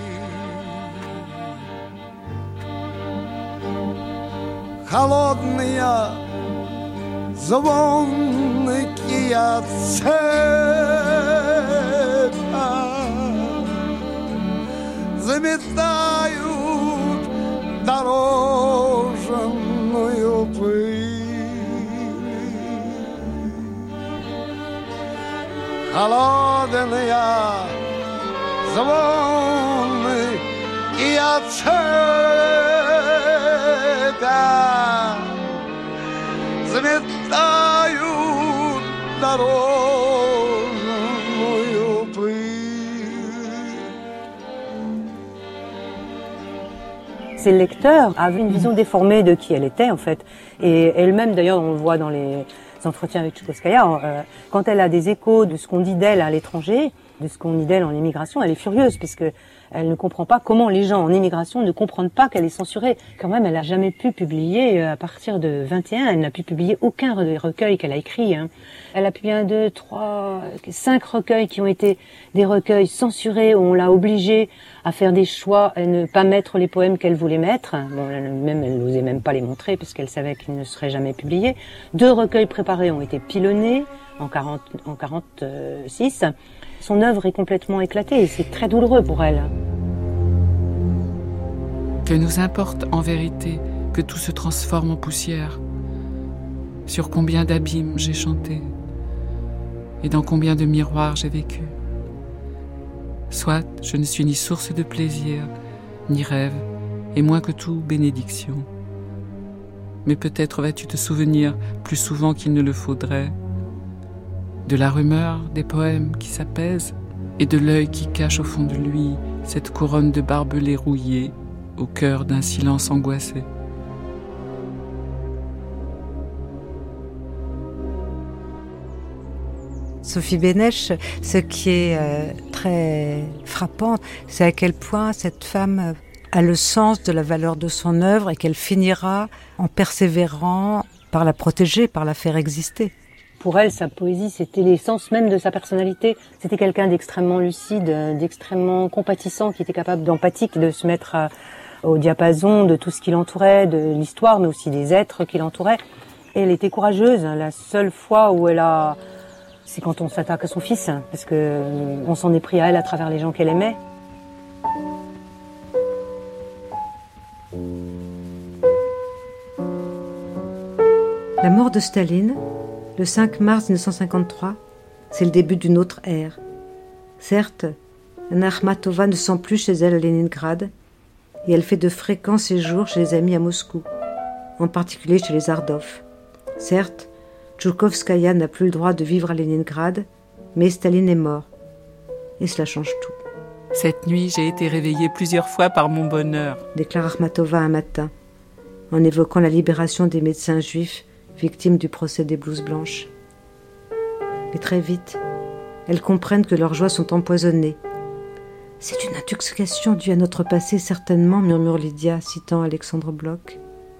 Холодные звонкие цепи заметают дорожную пыль. холодные звоны и цвета заметают дорожную пыль. Ses lecteurs avaient une vision déformée de qui elle était en fait. Et elle-même d'ailleurs, on le voit dans les entretiens avec Tchoukovskaya, quand elle a des échos de ce qu'on dit d'elle à l'étranger, de ce qu'on dit d'elle en émigration, elle est furieuse puisque elle ne comprend pas comment les gens en émigration ne comprennent pas qu'elle est censurée. Quand même, elle n'a jamais pu publier, à partir de 21, elle n'a pu publier aucun recueil qu'elle a écrit. Elle a publié 1, 2, 3, 5 recueils qui ont été des recueils censurés où on l'a obligée à faire des choix et ne pas mettre les poèmes qu'elle voulait mettre. Bon, elle n'osait même pas les montrer parce qu'elle savait qu'ils ne seraient jamais publiés. 2 recueils préparés ont été pilonnés en 46. Son œuvre est complètement éclatée et c'est très douloureux pour elle. Que nous importe en vérité que tout se transforme en poussière? Sur combien d'abîmes j'ai chanté et dans combien de miroirs j'ai vécu? Soit je ne suis ni source de plaisir, ni rêve, et moins que tout bénédiction. Mais peut-être vas-tu te souvenir plus souvent qu'il ne le faudrait de la rumeur des poèmes qui s'apaisent et de l'œil qui cache au fond de lui cette couronne de barbelés rouillés au cœur d'un silence angoissé. Sophie Bénèche, ce qui est très frappant, c'est à quel point cette femme a le sens de la valeur de son œuvre et qu'elle finira en persévérant par la protéger, par la faire exister. Pour elle, sa poésie, c'était l'essence même de sa personnalité. C'était quelqu'un d'extrêmement lucide, d'extrêmement compatissant, qui était capable d'empathique, de se mettre au diapason de tout ce qui l'entourait, de l'histoire, mais aussi des êtres qui l'entouraient. Et elle était courageuse. La seule fois où c'est quand on s'attaque à son fils, parce que on s'en est pris à elle à travers les gens qu'elle aimait. La mort de Staline, le 5 mars 1953, c'est le début d'une autre ère. Certes, Anna Akhmatova ne sent plus chez elle à Leningrad, et elle fait de fréquents séjours chez les amis à Moscou, en particulier chez les Ardov. Certes, Tchoukovskaya n'a plus le droit de vivre à Leningrad, mais Staline est mort, et cela change tout. Cette nuit, j'ai été réveillée plusieurs fois par mon bonheur, déclare Akhmatova un matin, en évoquant la libération des médecins juifs victimes du procès des blouses blanches. Mais très vite, elles comprennent que leurs joies sont empoisonnées. C'est une intoxication due à notre passé, certainement, murmure Lydia, citant Alexandre Bloch.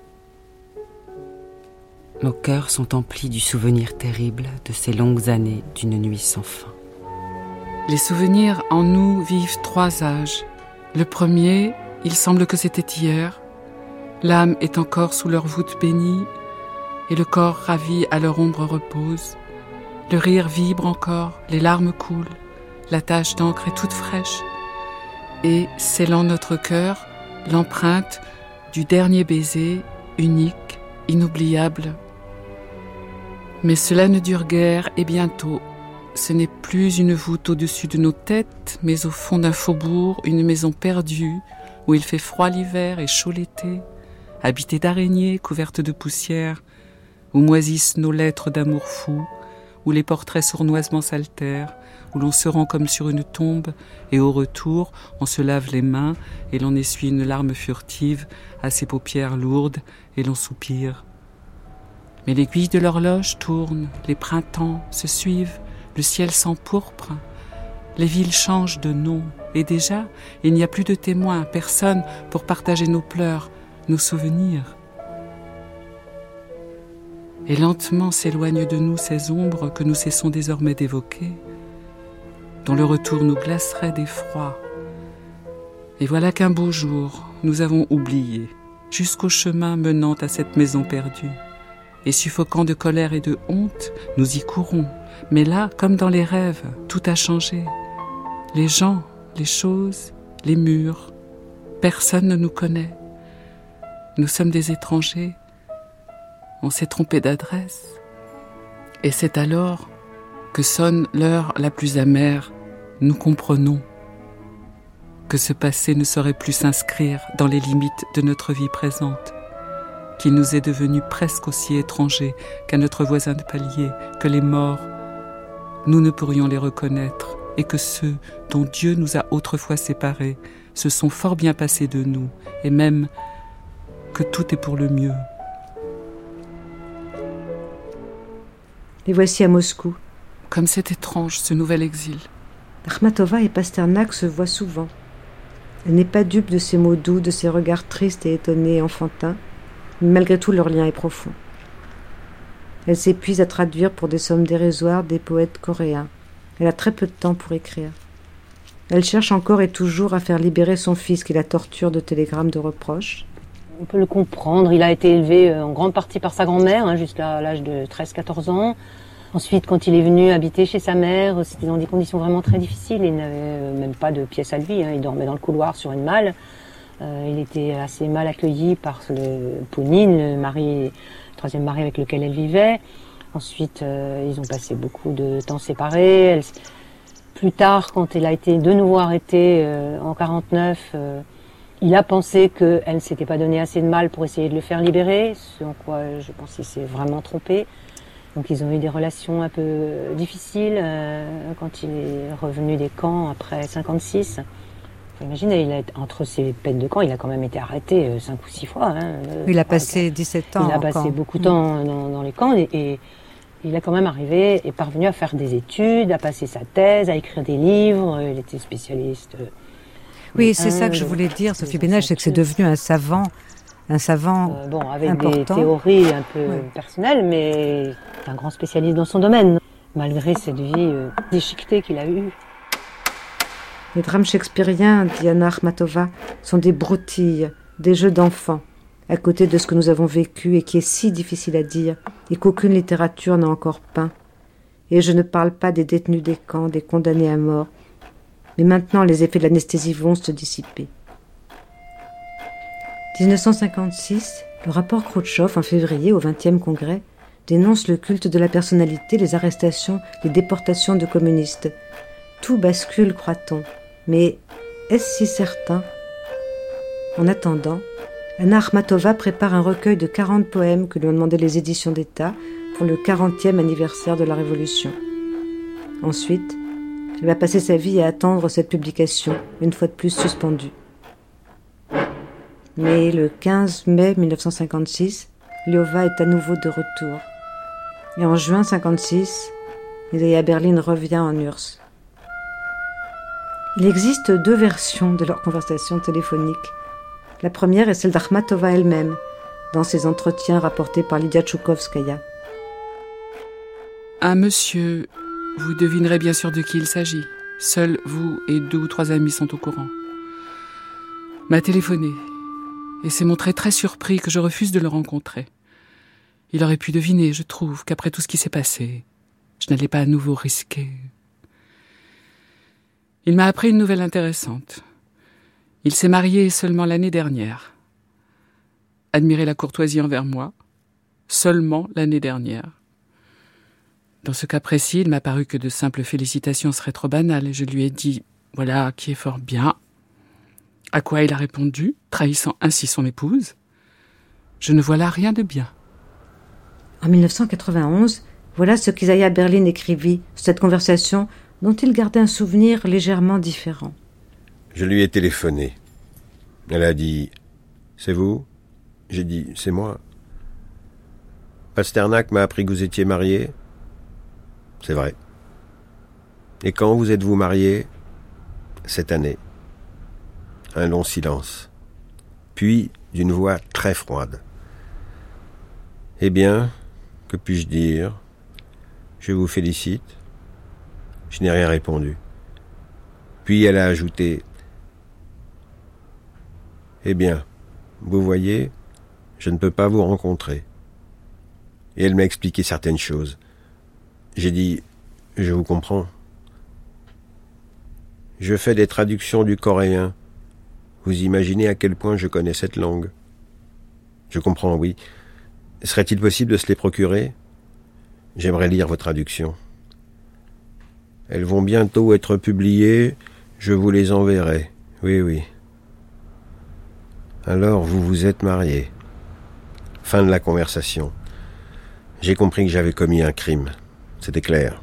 Nos cœurs sont emplis du souvenir terrible de ces longues années d'une nuit sans fin. Les souvenirs en nous vivent 3 âges. Le premier, il semble que c'était hier. L'âme est encore sous leur voûte bénie, et le corps ravi à leur ombre repose. Le rire vibre encore, les larmes coulent, la tache d'encre est toute fraîche, et, scellant notre cœur, l'empreinte du dernier baiser, unique, inoubliable. Mais cela ne dure guère, et bientôt, ce n'est plus une voûte au-dessus de nos têtes, mais au fond d'un faubourg, une maison perdue, où il fait froid l'hiver et chaud l'été, habitée d'araignées couvertes de poussière, où moisissent nos lettres d'amour fou, où les portraits sournoisement s'altèrent, où l'on se rend comme sur une tombe, et au retour, on se lave les mains, et l'on essuie une larme furtive à ses paupières lourdes, et l'on soupire. Mais l'aiguille de l'horloge tourne, les printemps se suivent, le ciel s'empourpre, les villes changent de nom, et déjà, il n'y a plus de témoins, personne pour partager nos pleurs, nos souvenirs. Et lentement s'éloignent de nous ces ombres que nous cessons désormais d'évoquer, dont le retour nous glacerait d'effroi. Et voilà qu'un beau jour, nous avons oublié, jusqu'au chemin menant à cette maison perdue. Et suffocant de colère et de honte, nous y courons. Mais là, comme dans les rêves, tout a changé. Les gens, les choses, les murs, personne ne nous connaît. Nous sommes des étrangers. On s'est trompé d'adresse. Et c'est alors Que sonne l'heure la plus amère, nous comprenons que ce passé ne saurait plus s'inscrire dans les limites de notre vie présente, qu'il nous est devenu presque aussi étranger qu'à notre voisin de palier, que les morts, nous ne pourrions les reconnaître, et que ceux dont Dieu nous a autrefois séparés se sont fort bien passés de nous, et même que tout est pour le mieux. Les voici à Moscou. Comme c'est étrange, ce nouvel exil. Akhmatova et Pasternak se voient souvent. Elle n'est pas dupe de ses mots doux, de ses regards tristes et étonnés et enfantins, mais malgré tout leur lien est profond. Elle s'épuise à traduire pour des sommes dérisoires des poètes coréens. Elle a très peu de temps pour écrire. Elle cherche encore et toujours à faire libérer son fils qui la torture de télégrammes de reproches. On peut le comprendre, il a été élevé en grande partie par sa grand-mère, jusqu'à l'âge de 13-14 ans. Ensuite, quand il est venu habiter chez sa mère, c'était dans des conditions vraiment très difficiles. Il n'avait même pas de pièce à lui, il dormait dans le couloir sur une malle. Il était assez mal accueilli par Pounine, le troisième mari avec lequel elle vivait. Ensuite, ils ont passé beaucoup de temps séparés. Plus tard, quand elle a été de nouveau arrêtée en 49, il a pensé qu'elle ne s'était pas donné assez de mal pour essayer de le faire libérer, ce en quoi je pense qu'il s'est vraiment trompé. Donc ils ont eu des relations un peu difficiles quand il est revenu des camps après 56. Faut imaginer, entre ces peines de camp, il a quand même été arrêté 5 ou 6 fois. Il a passé 17 ans. Il a passé beaucoup de temps dans les camps et il a quand même est parvenu à faire des études, à passer sa thèse, à écrire des livres. Il était spécialiste. Oui, c'est ça que je voulais dire, Sophie Bénage, c'est que c'est devenu un savant avec important. Des théories un peu personnelles, mais un grand spécialiste dans son domaine, malgré cette vie déchiquetée qu'il a eue. Les drames shakespeariens, dit Anna Akhmatova, sont des broutilles, des jeux d'enfants, à côté de ce que nous avons vécu et qui est si difficile à dire, et qu'aucune littérature n'a encore peint. Et je ne parle pas des détenus des camps, des condamnés à mort, mais maintenant les effets de l'anesthésie vont se dissiper. 1956, le rapport Khrouchtchev, en février, au 20e congrès, dénonce le culte de la personnalité, les arrestations, les déportations de communistes. Tout bascule, croit-on. Mais est-ce si certain ? En attendant, Anna Akhmatova prépare un recueil de 40 poèmes que lui ont demandé les éditions d'État pour le 40e anniversaire de la Révolution. Ensuite, elle va passer sa vie à attendre cette publication, une fois de plus suspendue. Mais le 15 mai 1956, Lyova est à nouveau de retour. Et en juin 1956, Isaiah Berlin revient en URSS. Il existe 2 versions de leur conversation téléphonique. La première est celle d'Akhmatova elle-même, dans ses entretiens rapportés par Lydia Tchoukovskaya. Un monsieur, vous devinerez bien sûr de qui il s'agit. Seuls vous et 2 ou 3 amis sont au courant. M'a téléphoné et s'est montré très surpris que je refuse de le rencontrer. Il aurait pu deviner, je trouve, qu'après tout ce qui s'est passé, je n'allais pas à nouveau risquer. Il m'a appris une nouvelle intéressante. Il s'est marié seulement l'année dernière. Admirez la courtoisie envers moi, seulement l'année dernière. Dans ce cas précis, il m'a paru que de simples félicitations seraient trop banales et je lui ai dit « Voilà, qui est fort bien ». À quoi il a répondu, trahissant ainsi son épouse « Je ne vois là rien de bien ». En 1991, voilà ce qu'Isaiah Berlin écrivit sur cette conversation dont il gardait un souvenir légèrement différent. Je lui ai téléphoné. Elle a dit « C'est vous ?» J'ai dit « C'est moi ». Pasternak m'a appris que vous étiez marié. C'est vrai. Et quand vous êtes-vous marié ? Cette année. Un long silence. Puis, d'une voix très froide. Eh bien, que puis-je dire ? Je vous félicite. Je n'ai rien répondu. Puis elle a ajouté « Eh bien, vous voyez, je ne peux pas vous rencontrer. » Et elle m'a expliqué certaines choses. J'ai dit « Je vous comprends. Je fais des traductions du coréen. Vous imaginez à quel point je connais cette langue. Je comprends, oui. Serait-il possible de se les procurer ? J'aimerais lire vos traductions. Elles vont bientôt être publiées, je vous les enverrai. Oui, oui. Alors vous vous êtes mariés. Fin de la conversation. J'ai compris que j'avais commis un crime. C'était clair.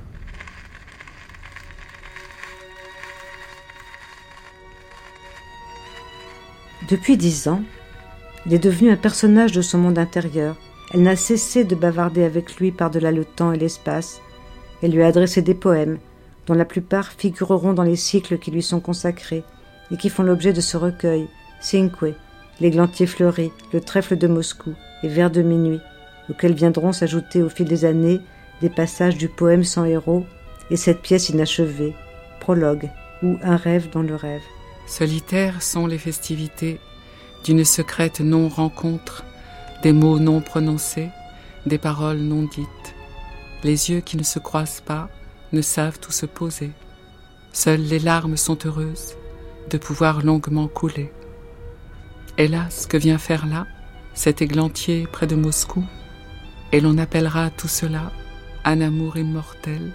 Depuis 10 ans, il est devenu un personnage de son monde intérieur. Elle n'a cessé de bavarder avec lui par-delà le temps et l'espace. Elle lui a adressé des poèmes, dont la plupart figureront dans les cycles qui lui sont consacrés et qui font l'objet de ce recueil, Cinque, l'églantier fleuri, le trèfle de Moscou et vers de minuit, auxquels viendront s'ajouter au fil des années des passages du poème sans héros et cette pièce inachevée, prologue ou un rêve dans le rêve. Solitaires sont les festivités d'une secrète non-rencontre, des mots non prononcés, des paroles non dites. Les yeux qui ne se croisent pas ne savent où se poser. Seules les larmes sont heureuses de pouvoir longuement couler. Hélas, que vient faire là cet églantier près de Moscou? Et l'on appellera tout cela un amour immortel.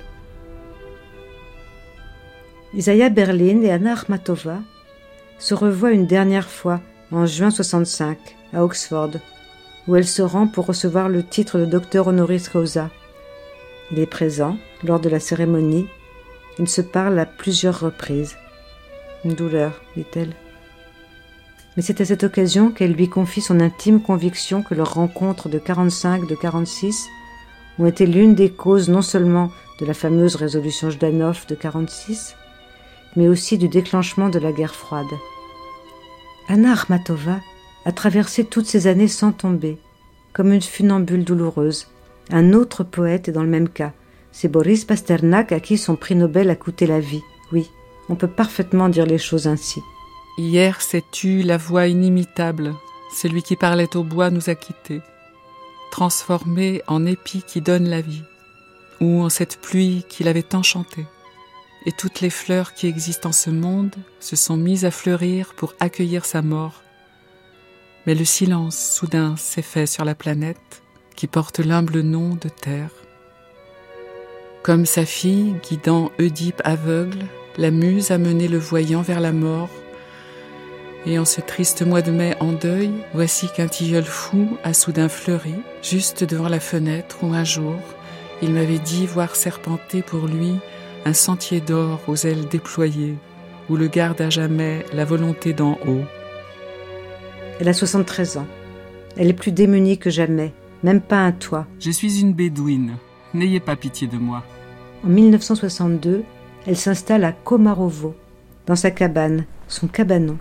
Isaiah Berlin et Anna Akhmatova se revoient une dernière fois en juin 65 à Oxford, où elle se rend pour recevoir le titre de docteur honoris causa. Il est présent lors de la cérémonie. Ils se parlent à plusieurs reprises. Une douleur, dit-elle. Mais c'est à cette occasion qu'elle lui confie son intime conviction que leurs rencontres de 45, de 46 ont été l'une des causes non seulement de la fameuse résolution Jdanov de 46, mais aussi du déclenchement de la guerre froide. Anna Akhmatova a traversé toutes ces années sans tomber, comme une funambule douloureuse. Un autre poète est dans le même cas. C'est Boris Pasternak à qui son prix Nobel a coûté la vie. Oui, on peut parfaitement dire les choses ainsi. Hier s'est tue la voix inimitable. Celui qui parlait au bois nous a quittés, transformé en épi qui donne la vie, ou en cette pluie qui l'avait enchanté. Et toutes les fleurs qui existent en ce monde se sont mises à fleurir pour accueillir sa mort. Mais le silence soudain s'est fait sur la planète qui porte l'humble nom de Terre. Comme sa fille, guidant Oedipe aveugle, la muse a mené le voyant vers la mort. Et en ce triste mois de mai en deuil, voici qu'un tilleul fou a soudain fleuri, juste devant la fenêtre où un jour, il m'avait dit voir serpenter pour lui un sentier d'or aux ailes déployées, où le garde à jamais la volonté d'en haut. Elle a 73 ans. Elle est plus démunie que jamais, même pas un toit. Je suis une bédouine, n'ayez pas pitié de moi. En 1962, elle s'installe à Komarovo, dans sa cabane, son cabanon.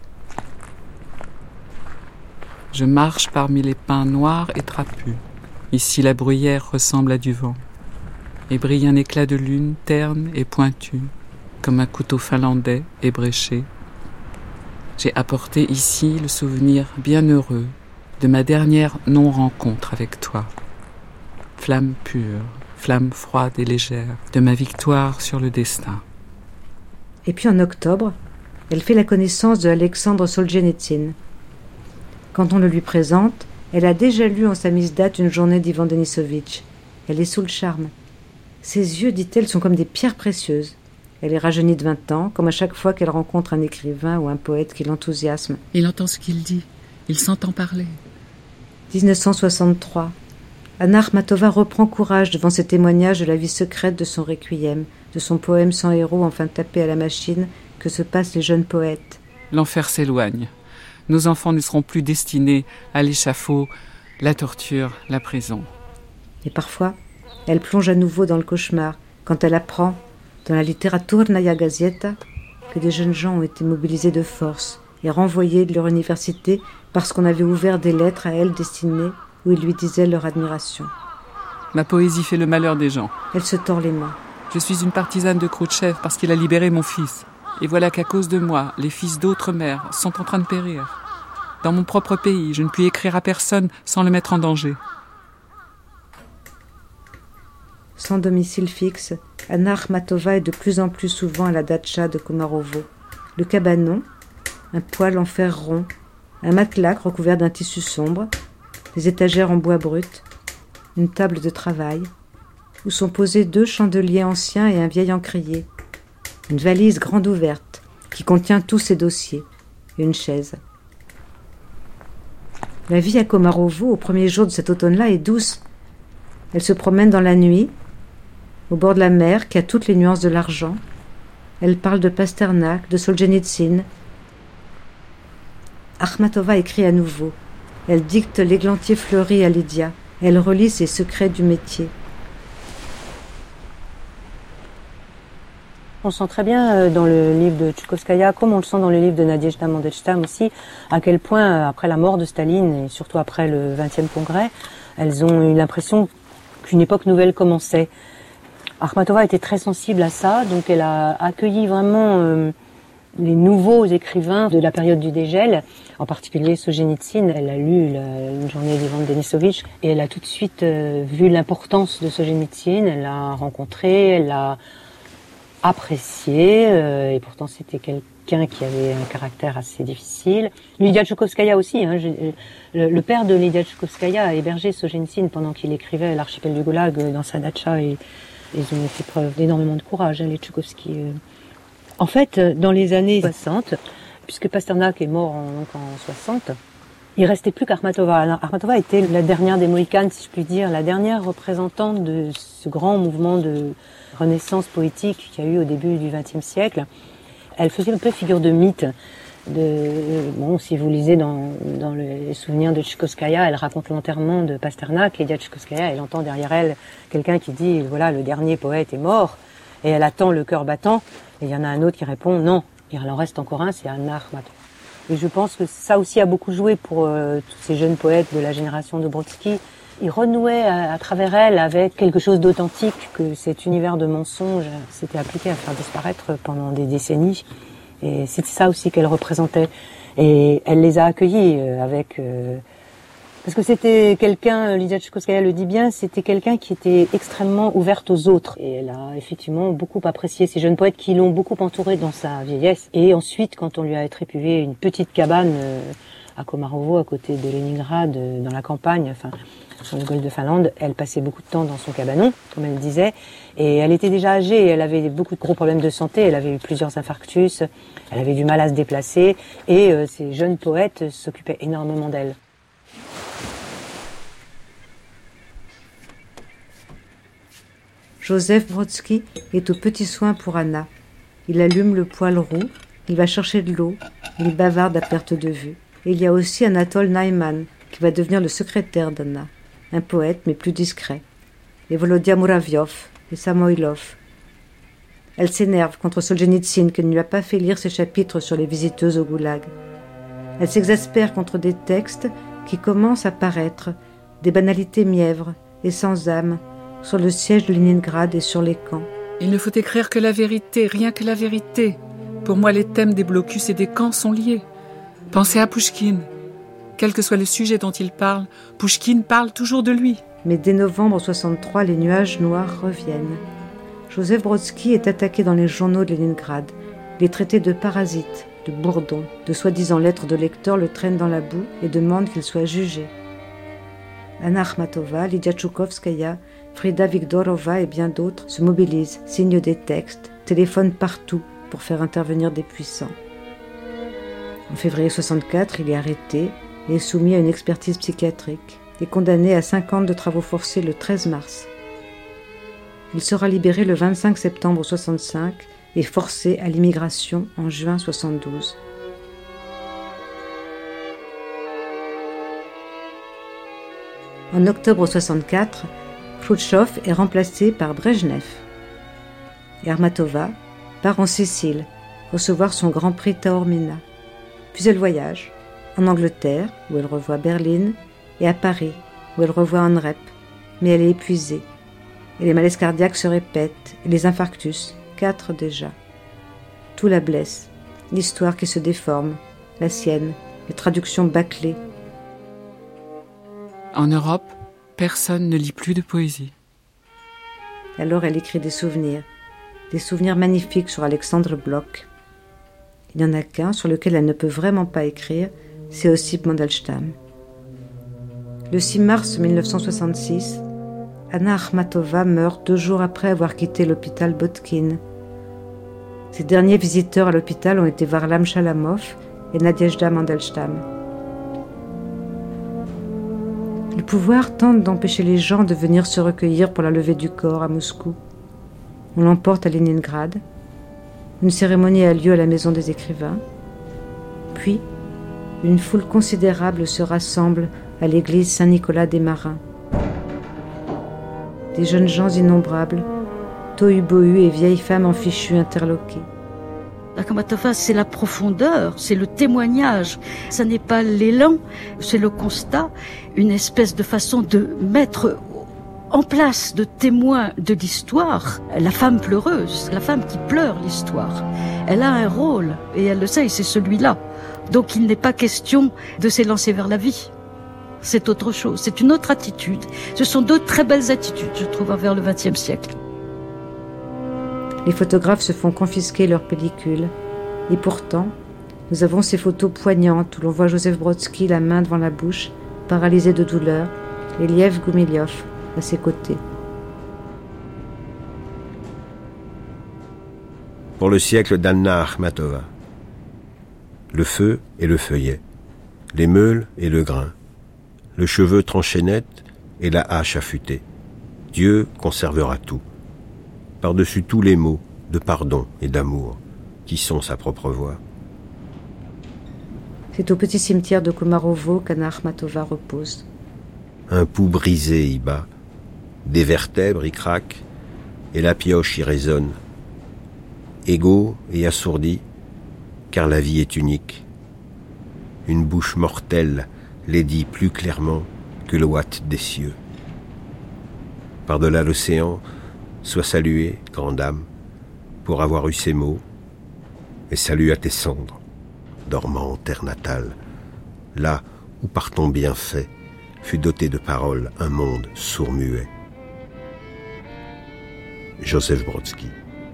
Je marche parmi les pins noirs et trapus. Ici, la bruyère ressemble à du vent. Et brille un éclat de lune terne et pointu, comme un couteau finlandais ébréché. J'ai apporté ici le souvenir bienheureux de ma dernière non-rencontre avec toi. Flamme pure, flamme froide et légère de ma victoire sur le destin. Et puis en octobre, elle fait la connaissance de Alexandre Solzhenitsyn. Quand on le lui présente, elle a déjà lu en sa mise date une journée d'Ivan Denisovitch. Elle est sous le charme. Ses yeux, dit-elle, sont comme des pierres précieuses. Elle est rajeunie de 20 ans, comme à chaque fois qu'elle rencontre un écrivain ou un poète qui l'enthousiasme. Il entend ce qu'il dit, il s'entend parler. 1963. Anna Akhmatova reprend courage devant ces témoignages de la vie secrète de son requiem, de son poème sans héros enfin tapé à la machine que se passent les jeunes poètes. L'enfer s'éloigne. Nos enfants ne seront plus destinés à l'échafaud, la torture, la prison. Et parfois, elle plonge à nouveau dans le cauchemar quand elle apprend, dans la Literaturnaia Gazeta, que des jeunes gens ont été mobilisés de force et renvoyés de leur université parce qu'on avait ouvert des lettres à elle destinées où ils lui disaient leur admiration. Ma poésie fait le malheur des gens. Elle se tord les mains. Je suis une partisane de Khrouchtchev parce qu'il a libéré mon fils. Et voilà qu'à cause de moi, les fils d'autres mères sont en train de périr. Dans mon propre pays, je ne puis écrire à personne sans le mettre en danger. Sans domicile fixe, Anna Akhmatova est de plus en plus souvent à la datcha de Komarovo. Le cabanon, un poêle en fer rond, un matelas recouvert d'un tissu sombre, des étagères en bois brut, une table de travail. où sont posés 2 chandeliers anciens et un vieil encrier. Une valise grande ouverte qui contient tous ses dossiers et une chaise. La vie à Komarovo, au premier jour de cet automne-là, est douce. Elle se promène dans la nuit, au bord de la mer qui a toutes les nuances de l'argent. Elle parle de Pasternak, de Solzhenitsyn. Akhmatova écrit à nouveau. Elle dicte l'églantier fleuri à Lydia. Elle relit ses secrets du métier. On sent très bien dans le livre de Tchoukovskaya, comme on le sent dans le livre de Nadezhda Mandelstam aussi, à quel point, après la mort de Staline, et surtout après le 20e congrès, elles ont eu l'impression qu'une époque nouvelle commençait. Akhmatova était très sensible à ça, donc elle a accueilli vraiment les nouveaux écrivains de la période du dégel, en particulier Solzhenitsyn. Elle a lu Une journée vivante d'Denisovitch, et elle a tout de suite vu l'importance de Solzhenitsyn. Elle l'a rencontré, elle l'a apprécié, et pourtant c'était quelqu'un qui avait un caractère assez difficile. Lydia Tchoukovskaya aussi, hein, le père de Lydia Tchoukovskaya a hébergé Solzhenitsyn pendant qu'il écrivait L'archipel du Goulag dans sa datcha, et ils ont fait preuve d'énormément de courage, hein, les Tchoukovsky. En fait, dans les années 60, puisque Pasternak est mort en 60, il restait plus qu'Akhmatova. Akhmatova était la dernière des Mohikanes, si je puis dire, la dernière représentante de ce grand mouvement de renaissance poétique qu'il y a eu au début du XXe siècle. Elle faisait un peu figure de mythe. Bon, si vous lisez dans les souvenirs de Tchoukovskaya, elle raconte l'enterrement de Pasternak, et Tchoukovskaya, elle entend derrière elle quelqu'un qui dit, voilà, le dernier poète est mort, et elle attend le cœur battant, et il y en a un autre qui répond, non, il en reste encore un, c'est Anna Akhmatova. Et je pense que ça aussi a beaucoup joué pour tous ces jeunes poètes de la génération de Brodsky. Ils renouaient à travers elle avec quelque chose d'authentique, que cet univers de mensonges s'était appliqué à faire disparaître pendant des décennies. Et c'était ça aussi qu'elle représentait. Et elle les a accueillis avec... Parce que c'était quelqu'un, Lydia Tchoukovskaya le dit bien, c'était quelqu'un qui était extrêmement ouverte aux autres. Et elle a effectivement beaucoup apprécié ces jeunes poètes qui l'ont beaucoup entourée dans sa vieillesse. Et ensuite, quand on lui a attribué une petite cabane à Komarovo, à côté de Leningrad, dans la campagne, enfin sur le golfe de Finlande, elle passait beaucoup de temps dans son cabanon, comme elle disait. Et elle était déjà âgée, elle avait beaucoup de gros problèmes de santé, elle avait eu plusieurs infarctus, elle avait du mal à se déplacer. Et ces jeunes poètes s'occupaient énormément d'elle. Joseph Brodsky est aux petits soins pour Anna. Il allume le poêle roux, il va chercher de l'eau, il bavarde à perte de vue. Et il y a aussi Anatole Naiman, qui va devenir le secrétaire d'Anna, un poète mais plus discret. Et Volodya Muravyov, et Samoïlov. Elle s'énerve contre Solzhenitsyn qui ne lui a pas fait lire ses chapitres sur les visiteuses au goulag. Elle s'exaspère contre des textes qui commencent à paraître, des banalités mièvres et sans âme, sur le siège de Leningrad et sur les camps. Il ne faut écrire que la vérité, rien que la vérité. Pour moi, les thèmes des blocus et des camps sont liés. Pensez à Pouchkine. Quel que soit le sujet dont il parle, Pouchkine parle toujours de lui. Mais dès novembre 63, les nuages noirs reviennent. Joseph Brodsky est attaqué dans les journaux de Leningrad. Les traités de parasites, de bourdons, de soi-disant lettres de lecteurs le traînent dans la boue et demandent qu'il soit jugé. Anna Akhmatova, Lydia Tchoukovskaya, Frida Vigdorova et bien d'autres se mobilisent, signent des textes, téléphonent partout pour faire intervenir des puissants. En février 64, il est arrêté et est soumis à une expertise psychiatrique et condamné à 5 ans de travaux forcés le 13 mars. Il sera libéré le 25 septembre 65 et forcé à l'immigration en juin 72. En octobre 64, Khrouchtchev est remplacé par Brejnev. Et Akhmatova part en Sicile recevoir son grand prix Taormina. Puis elle voyage en Angleterre, où elle revoit Berlin, et à Paris, où elle revoit Anrep. Mais elle est épuisée. Et les malaises cardiaques se répètent, et les infarctus, 4 déjà. Tout la blesse, l'histoire qui se déforme, la sienne, les traductions bâclées. En Europe, personne ne lit plus de poésie. Alors elle écrit des souvenirs magnifiques sur Alexandre Blok. Il n'y en a qu'un sur lequel elle ne peut vraiment pas écrire, c'est Ossip Mandelstam. Le 6 mars 1966, Anna Akhmatova meurt 2 jours après avoir quitté l'hôpital Botkin. Ses derniers visiteurs à l'hôpital ont été Varlam Shalamov et Nadezhda Mandelstam. Le pouvoir tente d'empêcher les gens de venir se recueillir pour la levée du corps à Moscou. On l'emporte à Leningrad. Une cérémonie a lieu à la Maison des écrivains. Puis, une foule considérable se rassemble à l'église Saint-Nicolas des Marins. Des jeunes gens innombrables, tohu-bohu et vieilles femmes en fichus interloquées. Akhmatova, c'est la profondeur, c'est le témoignage. Ça n'est pas l'élan, c'est le constat, une espèce de façon de mettre en place de témoin de l'histoire, la femme pleureuse, la femme qui pleure l'histoire. Elle a un rôle, et elle le sait, et c'est celui-là. Donc il n'est pas question de s'élancer vers la vie. C'est autre chose, c'est une autre attitude. Ce sont 2 très belles attitudes, je trouve, envers le XXe siècle. Les photographes se font confisquer leurs pellicules. Et pourtant, nous avons ces photos poignantes où l'on voit Joseph Brodsky, la main devant la bouche, paralysé de douleur, et Liev Gumilyov à ses côtés. Pour le siècle d'Anna Akhmatova, le feu et le feuillet, les meules et le grain, le cheveu tranché net et la hache affûtée. Dieu conservera tout. Par-dessus tous les mots de pardon et d'amour, qui sont sa propre voix. C'est au petit cimetière de Komarovo qu'Anna Akhmatova repose. Un pouls brisé y bat, des vertèbres y craquent, et la pioche y résonne. Égaux et assourdis, car la vie est unique. Une bouche mortelle les dit plus clairement que le ouate des cieux. Par-delà l'océan, sois salué, grande âme, pour avoir eu ces mots, et salut à tes cendres, dormant en terre natale, là où par ton bienfait fut doté de paroles un monde sourd-muet. Joseph Brodsky.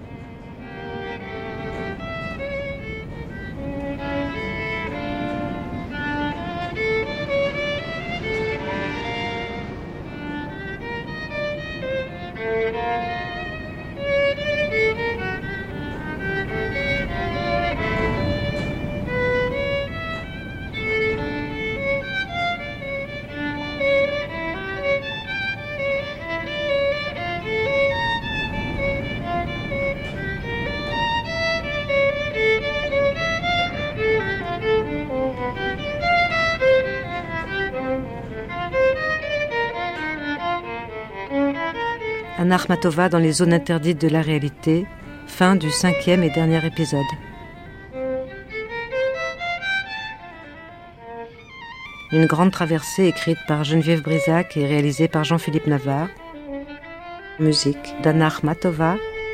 Anna Akhmatova dans les zones interdites de la réalité, fin du 5e et dernier épisode. Une grande traversée écrite par Geneviève Brisac et réalisée par Jean-Philippe Navarre. Musique d'Anna Akhmatova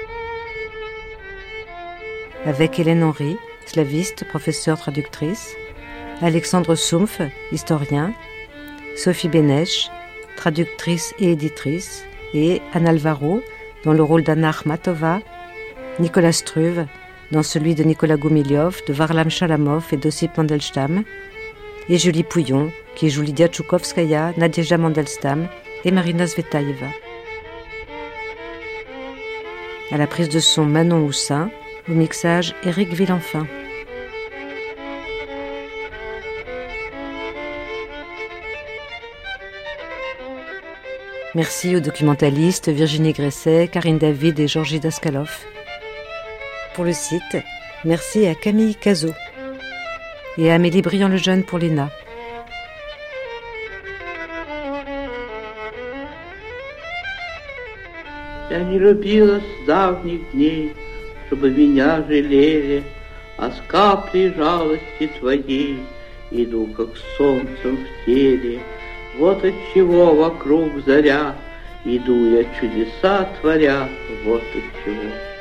avec Hélène Henry, slaviste, professeure traductrice, Alexandre Soumpf, historien, Sophie Bénèche, traductrice et éditrice, et Anne Alvaro dans le rôle d'Anna Akhmatova, Nicolas Struve dans celui de Nicolas Gumilyov, de Varlam Shalamov et d'Ossip Mandelstam, et Julie Pouillon qui joue Lydia Tchoukovskaya, Nadezhda Mandelstam et Marina Zvetaeva. À la prise de son Manon Houssin, au mixage Éric Villenfin. Merci aux documentalistes Virginie Gresset, Karine David et Georgie Daskalov. Pour le site, merci à Camille Cazot et à Amélie Briand-Lejeune pour l'ENA. Я не любила с давних дней, чтобы меня жалели, а с каплей жалости твоей иду, как солнцем в теле. Вот отчего вокруг заря, иду я чудеса творя, вот отчего.